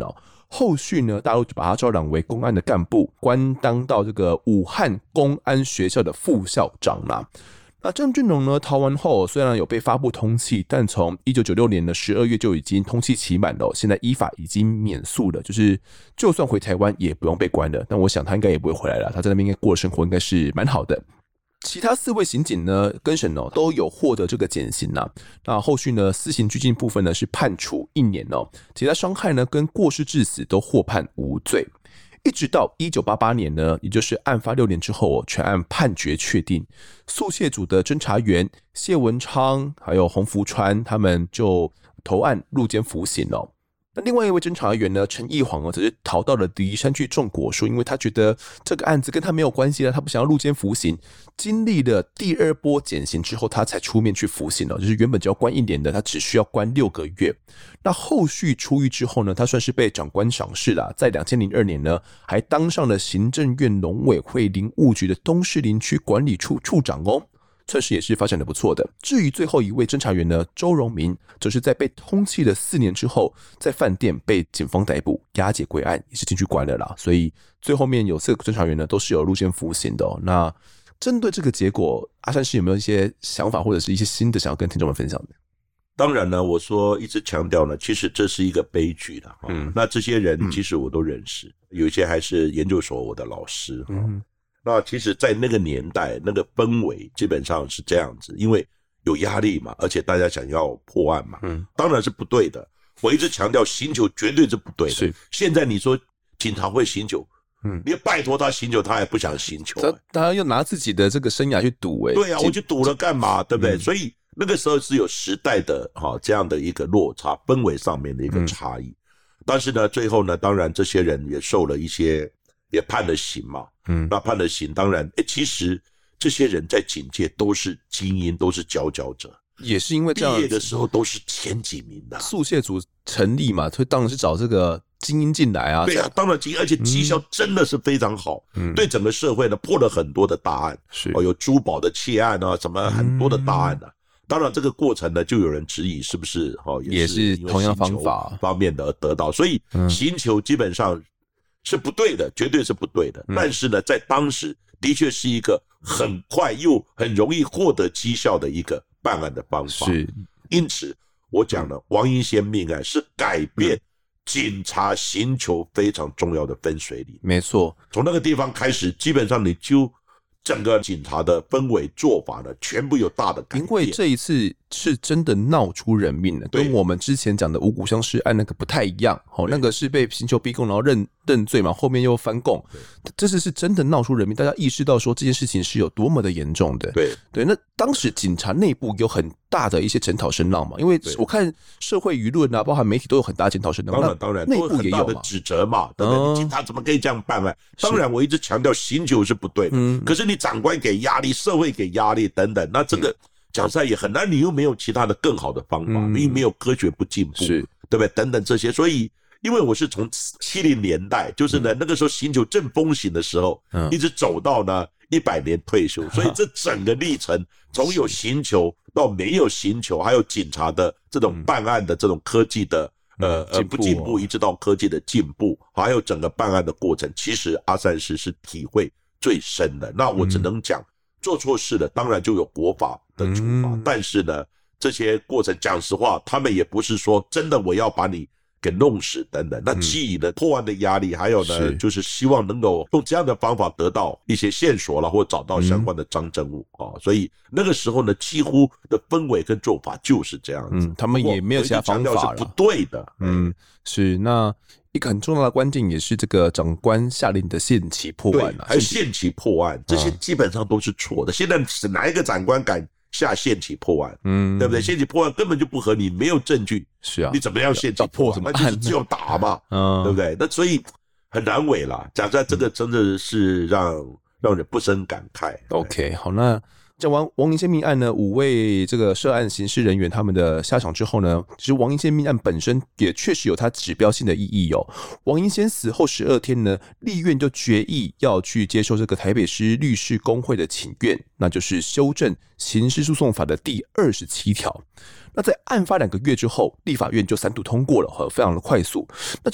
后续呢，大陆就把他招揽为公安的干部，官当到这个武汉公安学校的副校长啦。那郑俊荣呢，逃完后虽然有被发布通缉，但从1996年的12月就已经通缉期满了，现在依法已经免诉了，就算回台湾也不用被关了。但我想他应该也不会回来了，他在那边应该过的生活应该是蛮好的。其他4位刑警呢，更审都有获得这个减刑啦。那后续呢，私刑拘禁部分呢是判处1年其他伤害呢跟过失致死都获判无罪。一直到1988年呢，也就是案发6年之后全案判决确定，速卸组的侦查员谢文昌还有洪福川他们就投案入监服刑了。那另外一位侦查员呢，陈义煌则是逃到了梨山去种果树，因为他觉得这个案子跟他没有关系了，他不想要入监服刑。经历了第2波减刑之后，他才出面去服刑了，就是原本就要关1年的，他只需要关6个月。那后续出狱之后呢，他算是被长官赏识啦，在2002年呢，还当上了行政院农委会林务局的东势林区管理处处长算是也是发展的不错的。至于最后一位侦查员呢，周荣明，则是在被通缉了4年之后，在饭店被警方逮捕，押解归案，也是进去关了啦。所以最后面有4个侦查员呢，都是有入监服刑的那针对这个结果，阿山师有没有一些想法或者是一些新的想要跟听众们分享的？ 当然呢，我说一直强调呢，其实这是一个悲剧的那这些人其实我都认识，有一些还是研究所我的老师那其实在那个年代那个氛围基本上是这样子，因为有压力嘛，而且大家想要破案嘛当然是不对的。我一直强调刑求绝对是不对的。是现在你说警察会刑求你拜托他刑求，他也不想刑求他要拿自己的这个生涯去赌对啊，我去赌了干嘛，对不对所以那个时候是有时代的这样的一个落差，氛围上面的一个差异但是呢最后呢，当然这些人也受了一些，也判了刑嘛那判了刑，当然其实这些人在警界都是精英，都是佼佼者， 也是因为这样毕业的时候都是前几名的速卸组成立嘛，所以当然是找这个精英进来啊。 对啊，当然精英，而且绩效真的是非常好对整个社会呢破了很多的大案是有珠宝的窃案啊，什么很多的大案啊当然这个过程呢就有人质疑是不是也是同样方法方面的得到，所以刑求基本上是不对的，绝对是不对的但是呢在当时的确是一个很快又很容易获得绩效的一个办案的方法是因此我讲了王英先命案是改变警察刑求非常重要的分水岭没错， 从那个地方开始基本上你就整个警察的氛围做法呢全部有大的改变， 因为这一次是真的闹出人命了，跟我们之前讲的五股相尸案那个不太一样那个是被刑求逼供然后认罪嘛，后面又翻供，这次是真的闹出人命，大家意识到说这件事情是有多么的严重的。对，那当时警察内部有很大的一些检讨声浪嘛，因为我看社会舆论啊包含媒体都有很大检讨声浪， 当然内部也有的指责嘛对不对警察怎么可以这样办案当然我一直强调刑求是不对的可是你长官给压力，社会给压力等等，那这个讲实在也很难，你又没有其他的更好的方法你没有科学不进步对不对等等这些，所以因为我是从70年代就是呢那个时候刑求正风行的时候一直走到呢100年退休，所以这整个历程从有刑求到没有刑求，还有警察的这种办案的这种科技的不进步一直到科技的进步，还有整个办案的过程，其实阿善师是体会最深的。那我只能讲做错事了当然就有国法的处罚但是呢这些过程讲实话他们也不是说真的我要把你给弄死等等，那基于呢破案的压力，还有呢就是希望能够用这样的方法得到一些线索了，或找到相关的赃证物所以那个时候呢几乎的氛围跟做法就是这样子他们也没有其他方法了， 是不对的是那一个很重要的关键也是这个长官下令的限期破案还有限期破案这些基本上都是错的现在是哪一个长官敢下限期破案对不对限期破案根本就不合理，没有证据是啊， 你怎么样限期破案那就是只有打嘛对不对那所以很难为啦，讲在这个真的是让人不胜感慨 OK 好，那讲完王英先命案呢，5位这个涉案刑事人员他们的下场之后呢，其实王英先命案本身也确实有它指标性的意义王英先死后12天呢，立院就决议要去接受这个台北市律师公会的请愿，那就是修正刑事诉讼法的第27条。那在案发2个月之后，立法院就3读通过了，非常的快速。那这个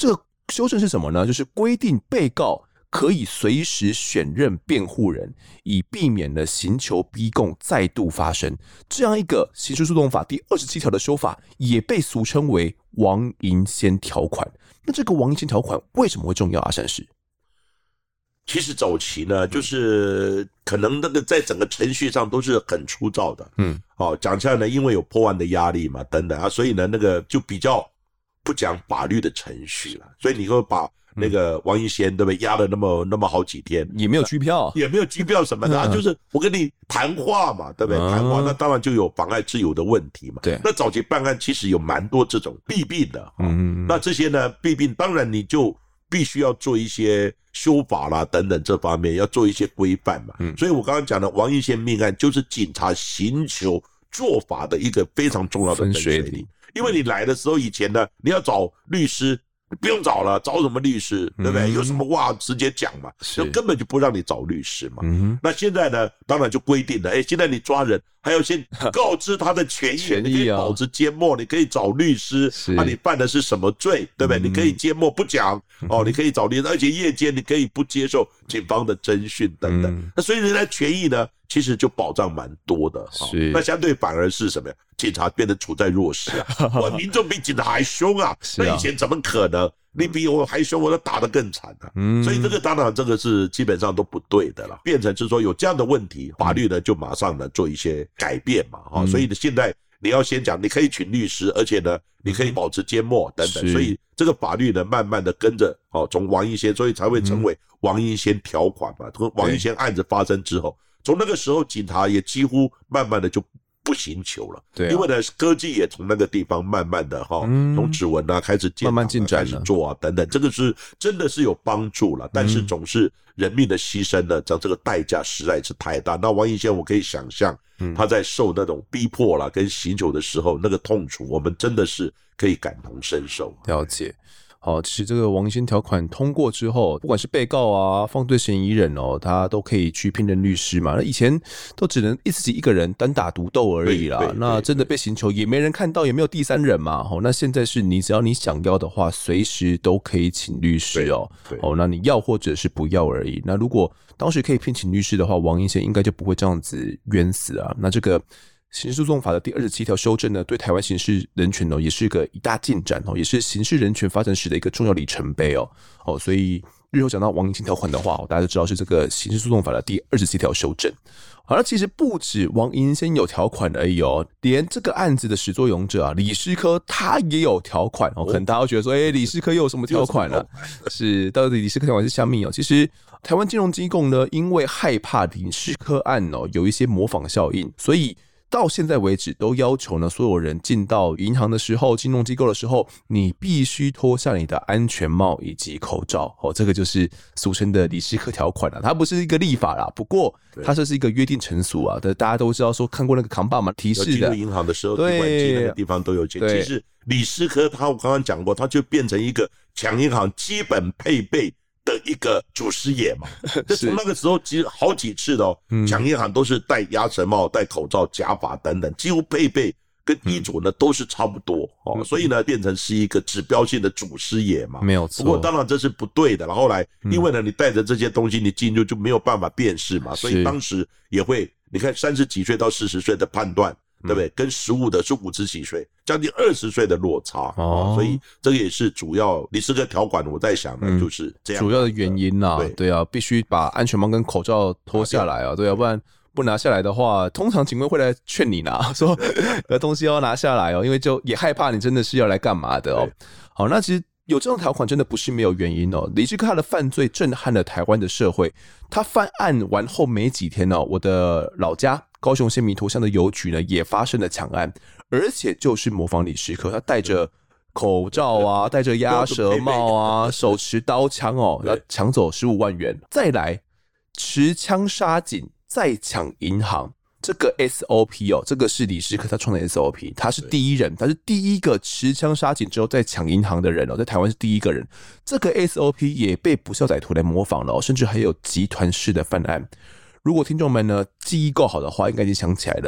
修正是什么呢？就是规定被告可以随时选任辩护人，以避免了刑求逼供再度发生。这样一个刑事诉讼法第27条的修法，也被俗称为王银仙条款。那这个王银仙条款为什么会重要啊？善师， 其实早期呢，就是可能那个在整个程序上都是很粗糙的，讲起来呢，因为有破案的压力嘛，等等啊，所以呢，那个就比较不讲法律的程序了，所以你会把那个王银仙对不对压了那么好几天， 也没有拘票， 也没有拘票什么的，就是我跟你谈话嘛，对不对？谈话那当然就有妨碍自由的问题嘛。 对， 那早期办案其实有蛮多这种弊病的，那这些呢弊病，当然你就必须要做一些修法啦等等这方面要做一些规范嘛。所以我刚刚讲的王银仙命案就是警察刑求做法的一个非常重要的分水岭。因为你来的时候以前呢，你要找律师不用找了，找什么律师对不对？有什么话直接讲嘛，就根本就不让你找律师嘛。那现在呢，当然就规定了，现在你抓人还要先告知他的权益，你可以保持缄默，你可以找律师你犯的是什么罪，对不对？你可以缄默不讲你可以找律师，而且夜间你可以不接受警方的侦讯等等。那所以人家权益呢，其实就保障蛮多的。那相对反而是什么呀？警察变得处在弱势民众比警察还凶啊！那以前怎么可能？你比我还凶，我都打得更惨啊！所以这个当然这个是基本上都不对的了，变成是说有这样的问题，法律呢就马上呢做一些改变嘛所以现在你要先讲，你可以请律师，而且呢你可以保持缄默等等，所以这个法律呢慢慢的跟着从王银仙，所以才会成为王银仙条款嘛。王银仙案子发生之后，从那个时候警察也几乎慢慢的就不刑求了，对因为呢，科技也从那个地方慢慢的从指纹开始慢慢进展开始做等等，这个是真的是有帮助了，但是总是人命的牺牲呢，这个代价实在是太大。那王银仙我可以想象，他在受那种逼迫啦跟刑求的时候，那个痛楚，我们真的是可以感同身受。 了解。其实这个王银仙条款通过之后，不管是被告啊、犯罪嫌疑人他都可以去聘任律师嘛。那以前都只能自己一个人单打独斗而已啦。那真的被刑求也没人看到，也没有第三人嘛。那现在是你只要你想要的话，随时都可以请律师那你要或者是不要而已。那如果当时可以聘请律师的话，王银仙应该就不会这样子冤死啊。那这个刑事诉讼法的第27条修正呢，对台湾刑事人权也是一个一大进展也是刑事人权发展史的一个重要里程碑所以日后讲到王银仙条款的话，大家就知道是这个刑事诉讼法的第27条修正。好了，其实不止王银仙有条款而已连这个案子的始作俑者李师科他也有条款可能大家会觉得说，李师科又有什么条款呢？是到底李师科条款是虾米其实台湾金融机构呢，因为害怕李师科案有一些模仿效应，所以到现在为止都要求呢，所有人进到银行的时候、金融机构的时候，你必须脱下你的安全帽以及口罩这个就是俗称的李师科条款它不是一个立法啦，不过它这是一个约定成俗大家都知道说看过那个扛把嘛提示的， 进入银行的时候，提款机那个地方都有其实李师科我刚刚讲过，他就变成一个抢银行基本配备的一个祖师爷嘛，从那个时候其实好几次的抢银行都是戴鸭舌帽、戴口罩、假发等等，几乎配备跟衣着呢都是差不多所以呢变成是一个指标性的祖师爷嘛， 没有错。 不过当然这是不对的，然后后来因为呢你带着这些东西你进入就没有办法辨识嘛，所以当时也会你看30几岁到40岁的判断。对不对？跟实务的是50几岁，将近20岁的落差所以这个也是主要李师科条款，我在想呢，就是这样主要的原因啦。对啊，必须把安全帽跟口罩脱下来对啊，不然不拿下来的话，通常警卫会来劝你拿，说东西要拿下来因为就也害怕你真的是要来干嘛的好，那其实有这种条款真的不是没有原因李师科他的犯罪震撼了台湾的社会，他犯案完后没几天我的老家高雄县弥陀乡的邮局呢也发生了抢案，而且就是模仿李师科，他戴着口罩戴着鸭舌帽手持刀枪要抢走15万元，再来持枪杀警，再抢银行。这个 SOP 这个是李师科他创的 SOP， 他是第一人，他是第一个持枪杀警之后再抢银行的人在台湾是第一个人。这个 SOP 也被不肖歹徒来模仿了甚至还有集团式的犯案。如果听众们呢记忆够好的话，应该已经想起来了，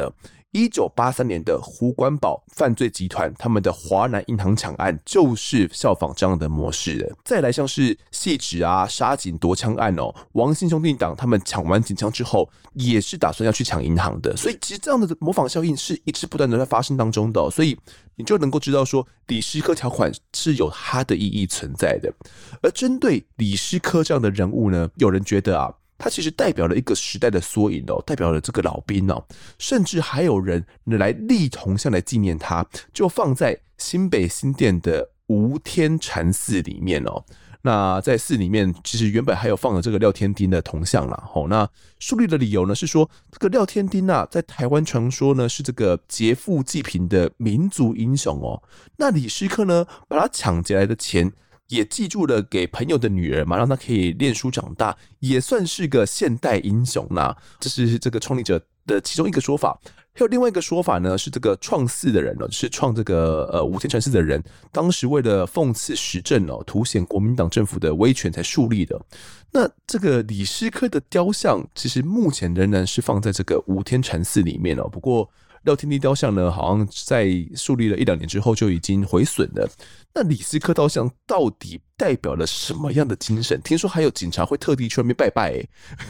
1983年的胡关宝犯罪集团他们的华南银行抢案就是效仿这样的模式的。再来像是细致啊、杀警夺枪案哦，王姓兄弟党他们抢完警枪之后也是打算要去抢银行的，所以其实这样的模仿效应是一直不断的在发生当中的所以你就能够知道说李师科条款是有它的意义存在的。而针对李师科这样的人物呢，有人觉得啊，他其实代表了一个时代的缩影代表了这个老兵甚至还有人来立铜像来纪念他，就放在新北新店的无天禅寺里面那在寺里面其实原本还有放了这个廖天丁的铜像啦那树立的理由呢是说，这个廖天丁在台湾传说呢是这个劫富济贫的民族英雄那李师科呢把他抢劫来的钱也记住了给朋友的女儿嘛，让他可以念书长大，也算是个现代英雄啦。这是这个创立者的其中一个说法。还有另外一个说法呢，是这个创寺的人是创这个无天禅寺的人，当时为了讽刺时政凸显国民党政府的威权才树立的。那这个李师科的雕像，其实目前仍然是放在这个无天禅寺里面不过廖天丁雕像呢，好像在树立了1-2年之后就已经毁损了。那李师科雕像到底代表了什么样的精神？听说还有警察会特地去那边拜拜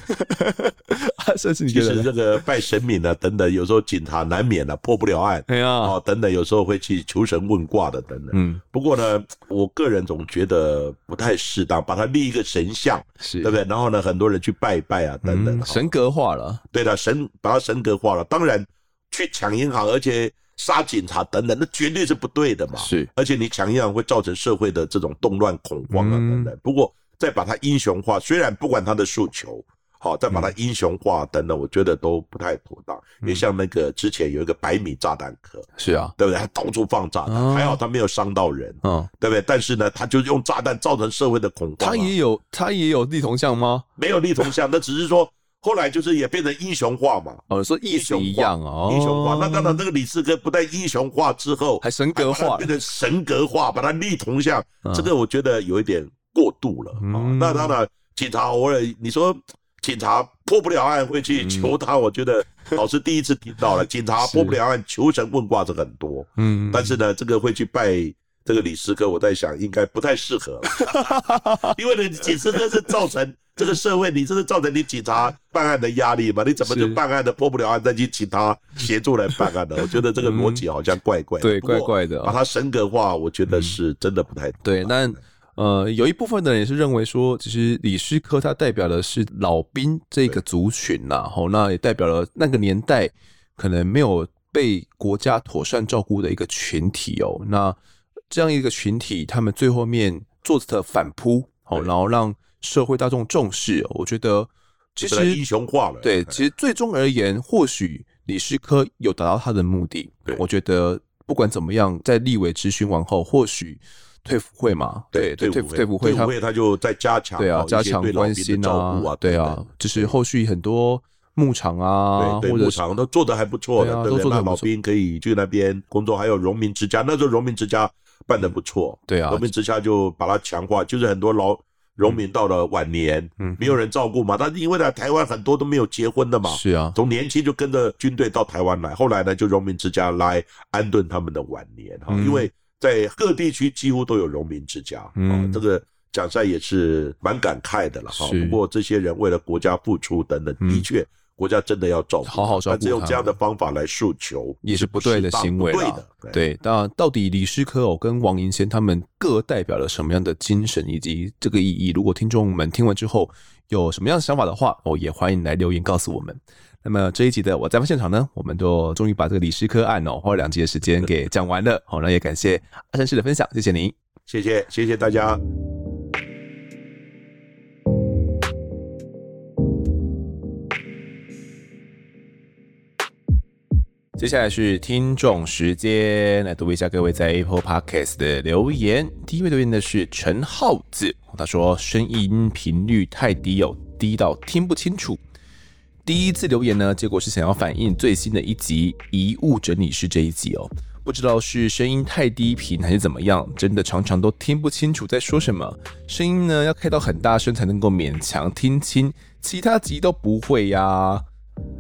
其实这个拜神明等等，有时候警察难免破不了案等等，有时候会去求神问卦的等等。不过呢，我个人总觉得不太适当，把它立一个神像，对不对？然后呢，很多人去拜拜等等， 神格化了。 对的，把它神格化了。当然去抢银行，而且杀警察等等，那绝对是不对的嘛。 是， 而且你抢银行会造成社会的这种动乱恐慌等等。不过再把它英雄化，虽然不管他的诉求再把它英雄化等等，我觉得都不太妥当。也像那个之前有一个100米炸弹客， 是啊， 对不对？他到处放炸弹，还好他没有伤到人，对不对？但是呢，他就用炸弹造成社会的恐慌。 他也有立铜像吗？ 没有立铜像，那只是说后来就是也变成英雄化嘛。 说意思一样英雄化。那当然，这个李师科不但英雄化之后， 还神格化， 变成神格化，把它立铜像，这个我觉得有一点过度了。那当然，警察偶尔你说警察破不了案会去求他，我觉得老师第一次听到了。警察破不了案求神问卦这很多，但是呢，这个会去拜这个李师科，我在想应该不太适合了因为李师科是造成这个社会，你这是造成你警察办案的压力嘛？你怎么就办案的破不了案，再去请他协助来办案的？我觉得这个逻辑好像怪怪的。 对，怪怪的。 把它神格化，我觉得是真的不太对。但有一部分的人也是认为说，其实李师科他代表的是老兵这个族群那也代表了那个年代可能没有被国家妥善照顾的一个群体那这样一个群体，他们最后面做的反扑然后让社会大众重视我觉得其实英雄化了。 对，其实最终而言，或许李师科有达到他的目的。我觉得不管怎么样，在立委质询完后，或许退辅会嘛，对，退辅会他就在加强， 对啊，加强关心对啊，就是后续很多牧场对， 或者牧场都做得还不错的，对不对？那老兵可以去那边工作，还有荣民之家，那时候荣民之家办得不错， 对啊， 荣民之家就把它强化，就是很多农民到了晚年，没有人照顾嘛。但是因为呢，台湾很多都没有结婚的嘛， 是啊， 从年轻就跟着军队到台湾来，后来呢，就农民之家来安顿他们的晚年因为在各地区几乎都有农民之家这个讲实在也是蛮感慨的了不过这些人为了国家付出等等，的确国家真的要照顾， 好好照顾他， 但是用这样的方法来诉求也是不对的行为啦。对，那到底李师科跟王银仙他们各代表了什么样的精神以及这个意义？如果听众们听完之后有什么样的想法的话也欢迎来留言告诉我们。那么这一集的我在现场呢，我们就终于把这个李师科案花了2集的时间给讲完了那也感谢阿山师的分享，谢谢您， 谢谢大家。 接下来是听众时间，来读一下各位在 Apple Podcast 的留言。第一位留言的是陈浩子，他说声音频率太低低到听不清楚。第一次留言呢，结果是想要反映最新的一集遗物整理师这一集不知道是声音太低频还是怎么样，真的常常都听不清楚在说什么。声音呢要开到很大声才能够勉强听清，其他集都不会呀。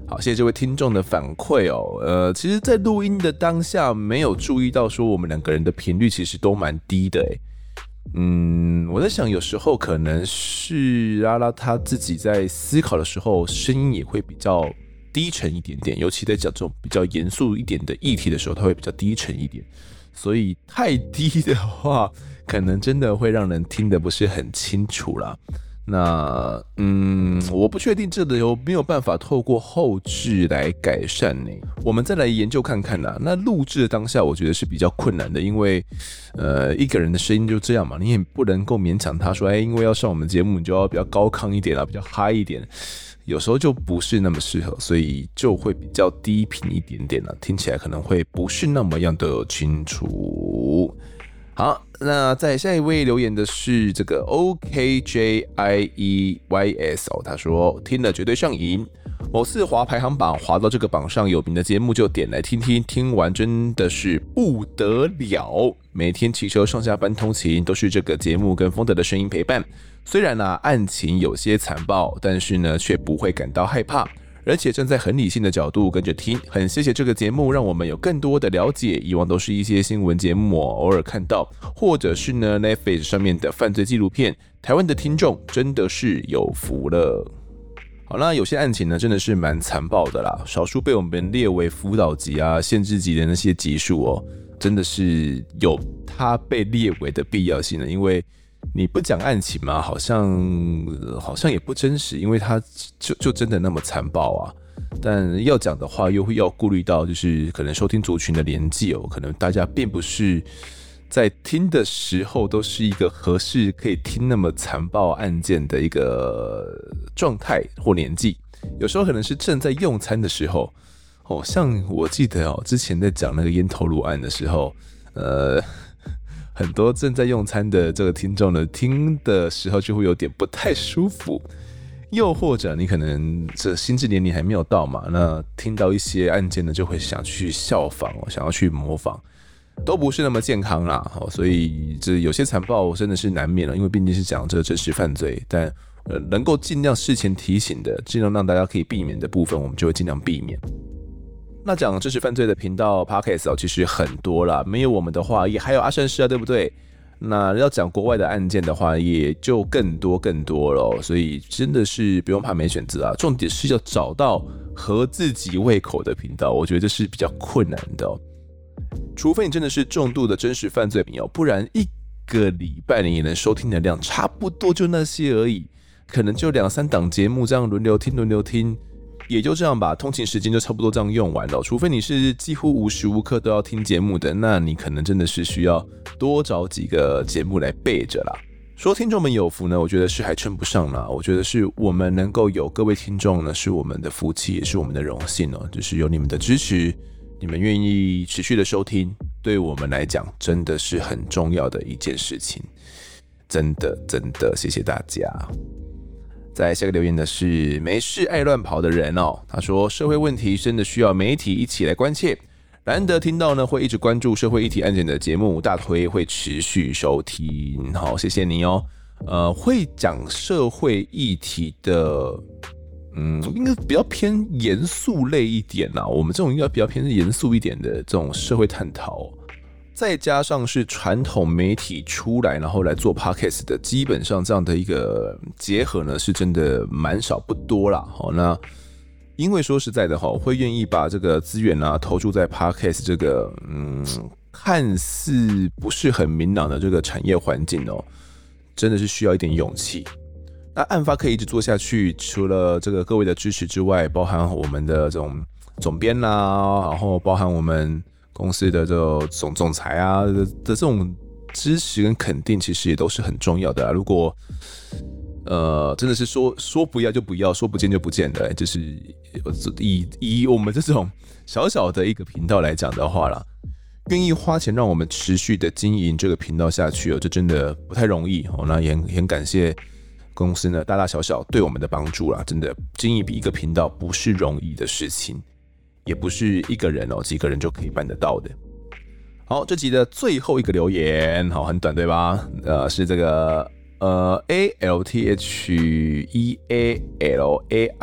好，谢谢这位听众的反馈哦。其实，在录音的当下，没有注意到说我们两个人的频率其实都蛮低的诶。我在想，有时候可能是拉拉他自己在思考的时候，声音也会比较低沉一点点，尤其在讲这种比较严肃一点的议题的时候，他会比较低沉一点。所以太低的话，可能真的会让人听得不是很清楚啦。那我不确定这里有没有办法透过后制来改善呢？我们再来研究看看啦。那录制的当下，我觉得是比较困难的，因为一个人的声音就这样嘛，你也不能够勉强他说，因为要上我们节目，你就要比较高亢一点啦，比较嗨一点。有时候就不是那么适合，所以就会比较低频一点点啦，听起来可能会不是那么样的清楚。好，那在下一位留言的是这个 OKJIEYS 他说听了绝对上瘾，某次滑排行榜滑到这个榜上有名的节目就点来听听，听完真的是不得了，每天骑车上下班通勤都是这个节目跟丰德的声音陪伴，虽然案情有些残暴，但是呢却不会感到害怕，而且站在很理性的角度跟着听，很谢谢这个节目让我们有更多的了解，以往都是一些新闻节目偶尔看到，或者是呢 Netflix 上面的犯罪纪录片，台湾的听众真的是有福了。好，那有些案情呢真的是蛮残暴的啦，少数被我们列为辅导级啊、限制级的那些集数真的是有它被列为的必要性的，因为你不讲案情嘛，好像也不真实，因为它就真的那么残暴啊。但要讲的话，又要顾虑到就是可能收听族群的年纪可能大家并不是在听的时候都是一个合适可以听那么残暴案件的一个状态或年纪，有时候可能是正在用餐的时候像我记得之前在讲那个烟头炉案的时候，很多正在用餐的这个听众呢，听的时候就会有点不太舒服，又或者你可能这心智年龄还没有到嘛，那听到一些案件呢，就会想去效仿想要去模仿，都不是那么健康啦。所以这有些残暴真的是难免了，因为毕竟是讲这个真实犯罪，但能够尽量事前提醒的，尽量让大家可以避免的部分，我们就会尽量避免。那讲真实犯罪的频道 Podcast 其实很多啦，没有我们的话，也还有阿善师对不对？那要讲国外的案件的话，也就更多了，所以真的是不用怕没选择啊。重点是要找到合自己胃口的频道，我觉得这是比较困难的除非你真的是重度的真实犯罪迷不然一个礼拜你也能收听的量差不多就那些而已，可能就2-3档节目这样轮流听。也就这样吧，通勤时间就差不多这样用完了。除非你是几乎无时无刻都要听节目的，那你可能真的是需要多找几个节目来备着啦。说听众们有福呢，我觉得是还称不上啦。我觉得是我们能够有各位听众呢，是我们的福气，也是我们的荣幸就是有你们的支持，你们愿意持续的收听，对我们来讲真的是很重要的一件事情。真的谢谢大家。在下个留言的是没事爱乱跑的人他说社会问题真的需要媒体一起来关切，难得听到呢会一直关注社会议题案件的节目，大推会持续收听。好，谢谢你会讲社会议题的应该比较偏严肃类一点啦，我们这种应该比较偏严肃一点的这种社会探讨，再加上是传统媒体出来然后来做 podcast 的，基本上这样的一个结合呢是真的蛮少不多啦。那因为说实在的会愿意把这个资源投注在 podcast 这个看似不是很明朗的这个产业环境真的是需要一点勇气。那案发可以一直做下去，除了这个各位的支持之外，包含我们的这种总编啦，然后包含我们公司的这种总裁的这种支持跟肯定，其实也都是很重要的如果真的是说不要就不要，说不见就不见的，就是以我们这种小小的一个频道来讲的话啦，愿意花钱让我们持续的经营这个频道下去这真的不太容易那也很感谢公司呢大大小小对我们的帮助啦，真的经营一个频道不是容易的事情，也不是一个人几个人就可以办得到的。好，这集的最后一个留言很短对吧？是这个ALTHEALAI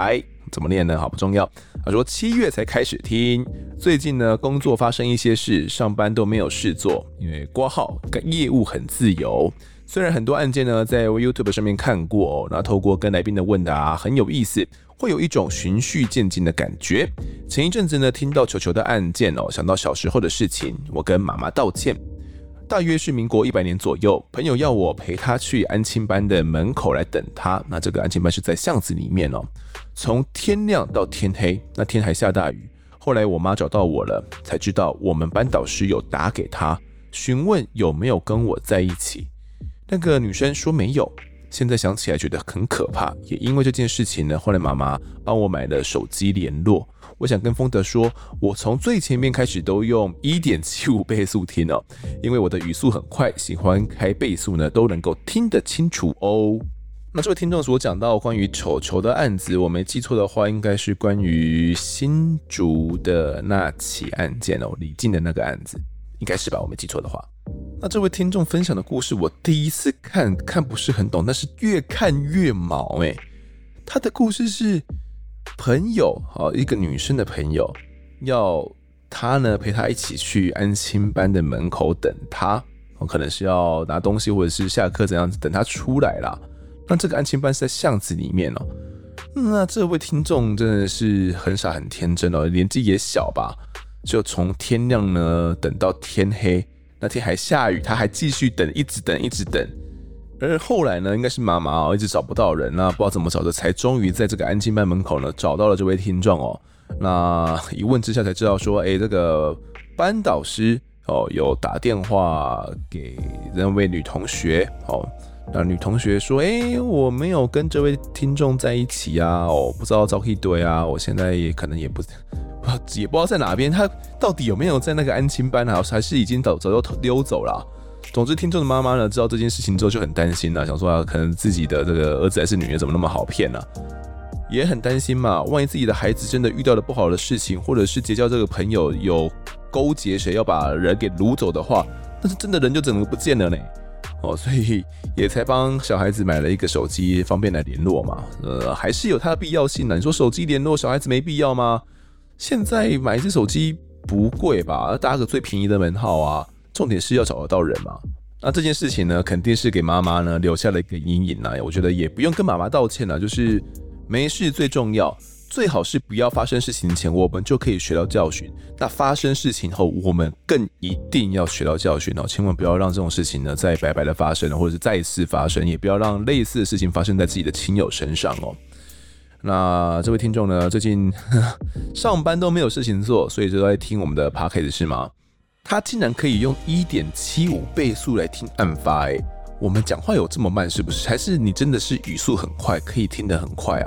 怎么念呢？好，不重要。他说7月才开始听，最近呢工作发生一些事，上班都没有事做，因为挂号业务很自由。虽然很多案件呢在 YouTube 上面看过，那透过跟来宾的问答很有意思，会有一种循序渐进的感觉。前一阵子呢听到球球的案件想到小时候的事情，我跟妈妈道歉。大约是民国100年左右，朋友要我陪他去安亲班的门口来等他。那这个安亲班是在巷子里面从天亮到天黑，那天还下大雨。后来我妈找到我了，才知道我们班导师有打给他，询问有没有跟我在一起。那个女生说没有。现在想起来觉得很可怕，也因为这件事情呢，后来妈妈帮我买了手机联络。我想跟丰德说，我从最前面开始都用 1.75 倍速听因为我的语速很快，喜欢开倍速呢都能够听得清楚哦。那这位听众所讲到关于球球的案子，我没记错的话，应该是关于新竹的那起案件李静的那个案子，应该是吧？我没记错的话。那这位听众分享的故事，我第一次看不是很懂，但是越看越毛他的故事是朋友一个女生的朋友要他呢陪他一起去安亲班的门口等他，可能是要拿东西或者是下课怎样子等他出来啦。那这个安亲班是在巷子里面那这位听众真的是很傻很天真年纪也小吧，就从天亮呢等到天黑。那天还下雨，他还继续等，一直等。而后来呢，应该是妈妈一直找不到人，那不知道怎么找的，才终于在这个安亲班门口呢找到了这位听众那一问之下才知道说，这个班导师有打电话给那位女同学那女同学说，我没有跟这位听众在一起啊，不知道找一堆啊，我现在也可能也不知道在哪边，他到底有没有在那个安亲班还是已经早就溜走了总之听众的妈妈呢知道这件事情之后就很担心想说可能自己的这个儿子还是女儿怎么那么好骗也很担心嘛，万一自己的孩子真的遇到了不好的事情，或者是结交这个朋友有勾结谁要把人给掳走的话，那是真的人就整个不见了呢所以也才帮小孩子买了一个手机，方便来联络嘛还是有它的必要性你说手机联络小孩子没必要吗？现在买一只手机不贵吧，搭个最便宜的门号重点是要找得到人嘛。那这件事情呢，肯定是给妈妈呢留下了一个阴影我觉得也不用跟妈妈道歉就是没事最重要，最好是不要发生事情前我们就可以学到教训。那发生事情后，我们更一定要学到教训千万不要让这种事情呢再白白的发生或者是再次发生，也不要让类似的事情发生在自己的亲友身上那这位听众呢，最近上班都没有事情做，所以就在听我们的 Podcast 是吗？他竟然可以用 1.75 倍速来听案发我们讲话有这么慢是不是？还是你真的是语速很快，可以听得很快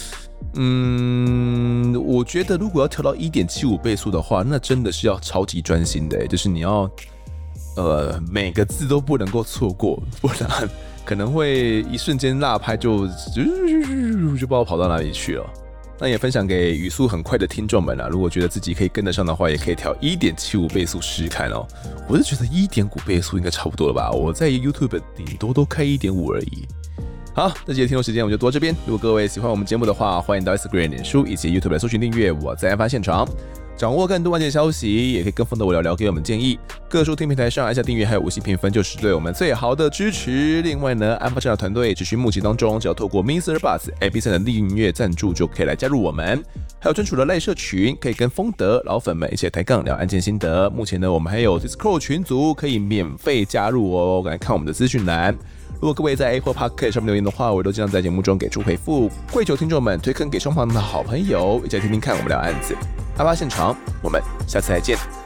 我觉得如果要调到 1.75 倍速的话，那真的是要超级专心的就是你要每个字都不能够错过，不然可能会一瞬间落拍就不知道跑到哪里去了。那也分享给语速很快的听众们如果觉得自己可以跟得上的话，也可以调 1.75 倍速试试看我是觉得 1.5 倍速应该差不多了吧，我在 YouTube 顶多都开 1.5 而已。好，这集的听众时间我们就到这边。如果各位喜欢我们节目的话，欢迎到 Instagram、脸书以及 YouTube 来搜寻订阅我在案发现场，掌握更多案件消息，也可以跟风的我聊聊，给我们建议。各收听平台上按下订阅还有5星评分，就是对我们最好的支持。另外呢，案发现场团队持续募集当中，只要透过 Mr. Buzz、AB3 的订阅赞助就可以来加入我们。还有专属的赖社群，可以跟风德老粉们一起抬杠聊案件心得。目前呢，我们还有 Discord 群组可以免费加入赶快看我们的资讯栏。如果各位在 Apple Podcast 上面留言的话，我都尽量在节目中给出回复。跪求听众们推坑给双方的好朋友，一起来听听看我们聊案子。案发现场，我们下次再见。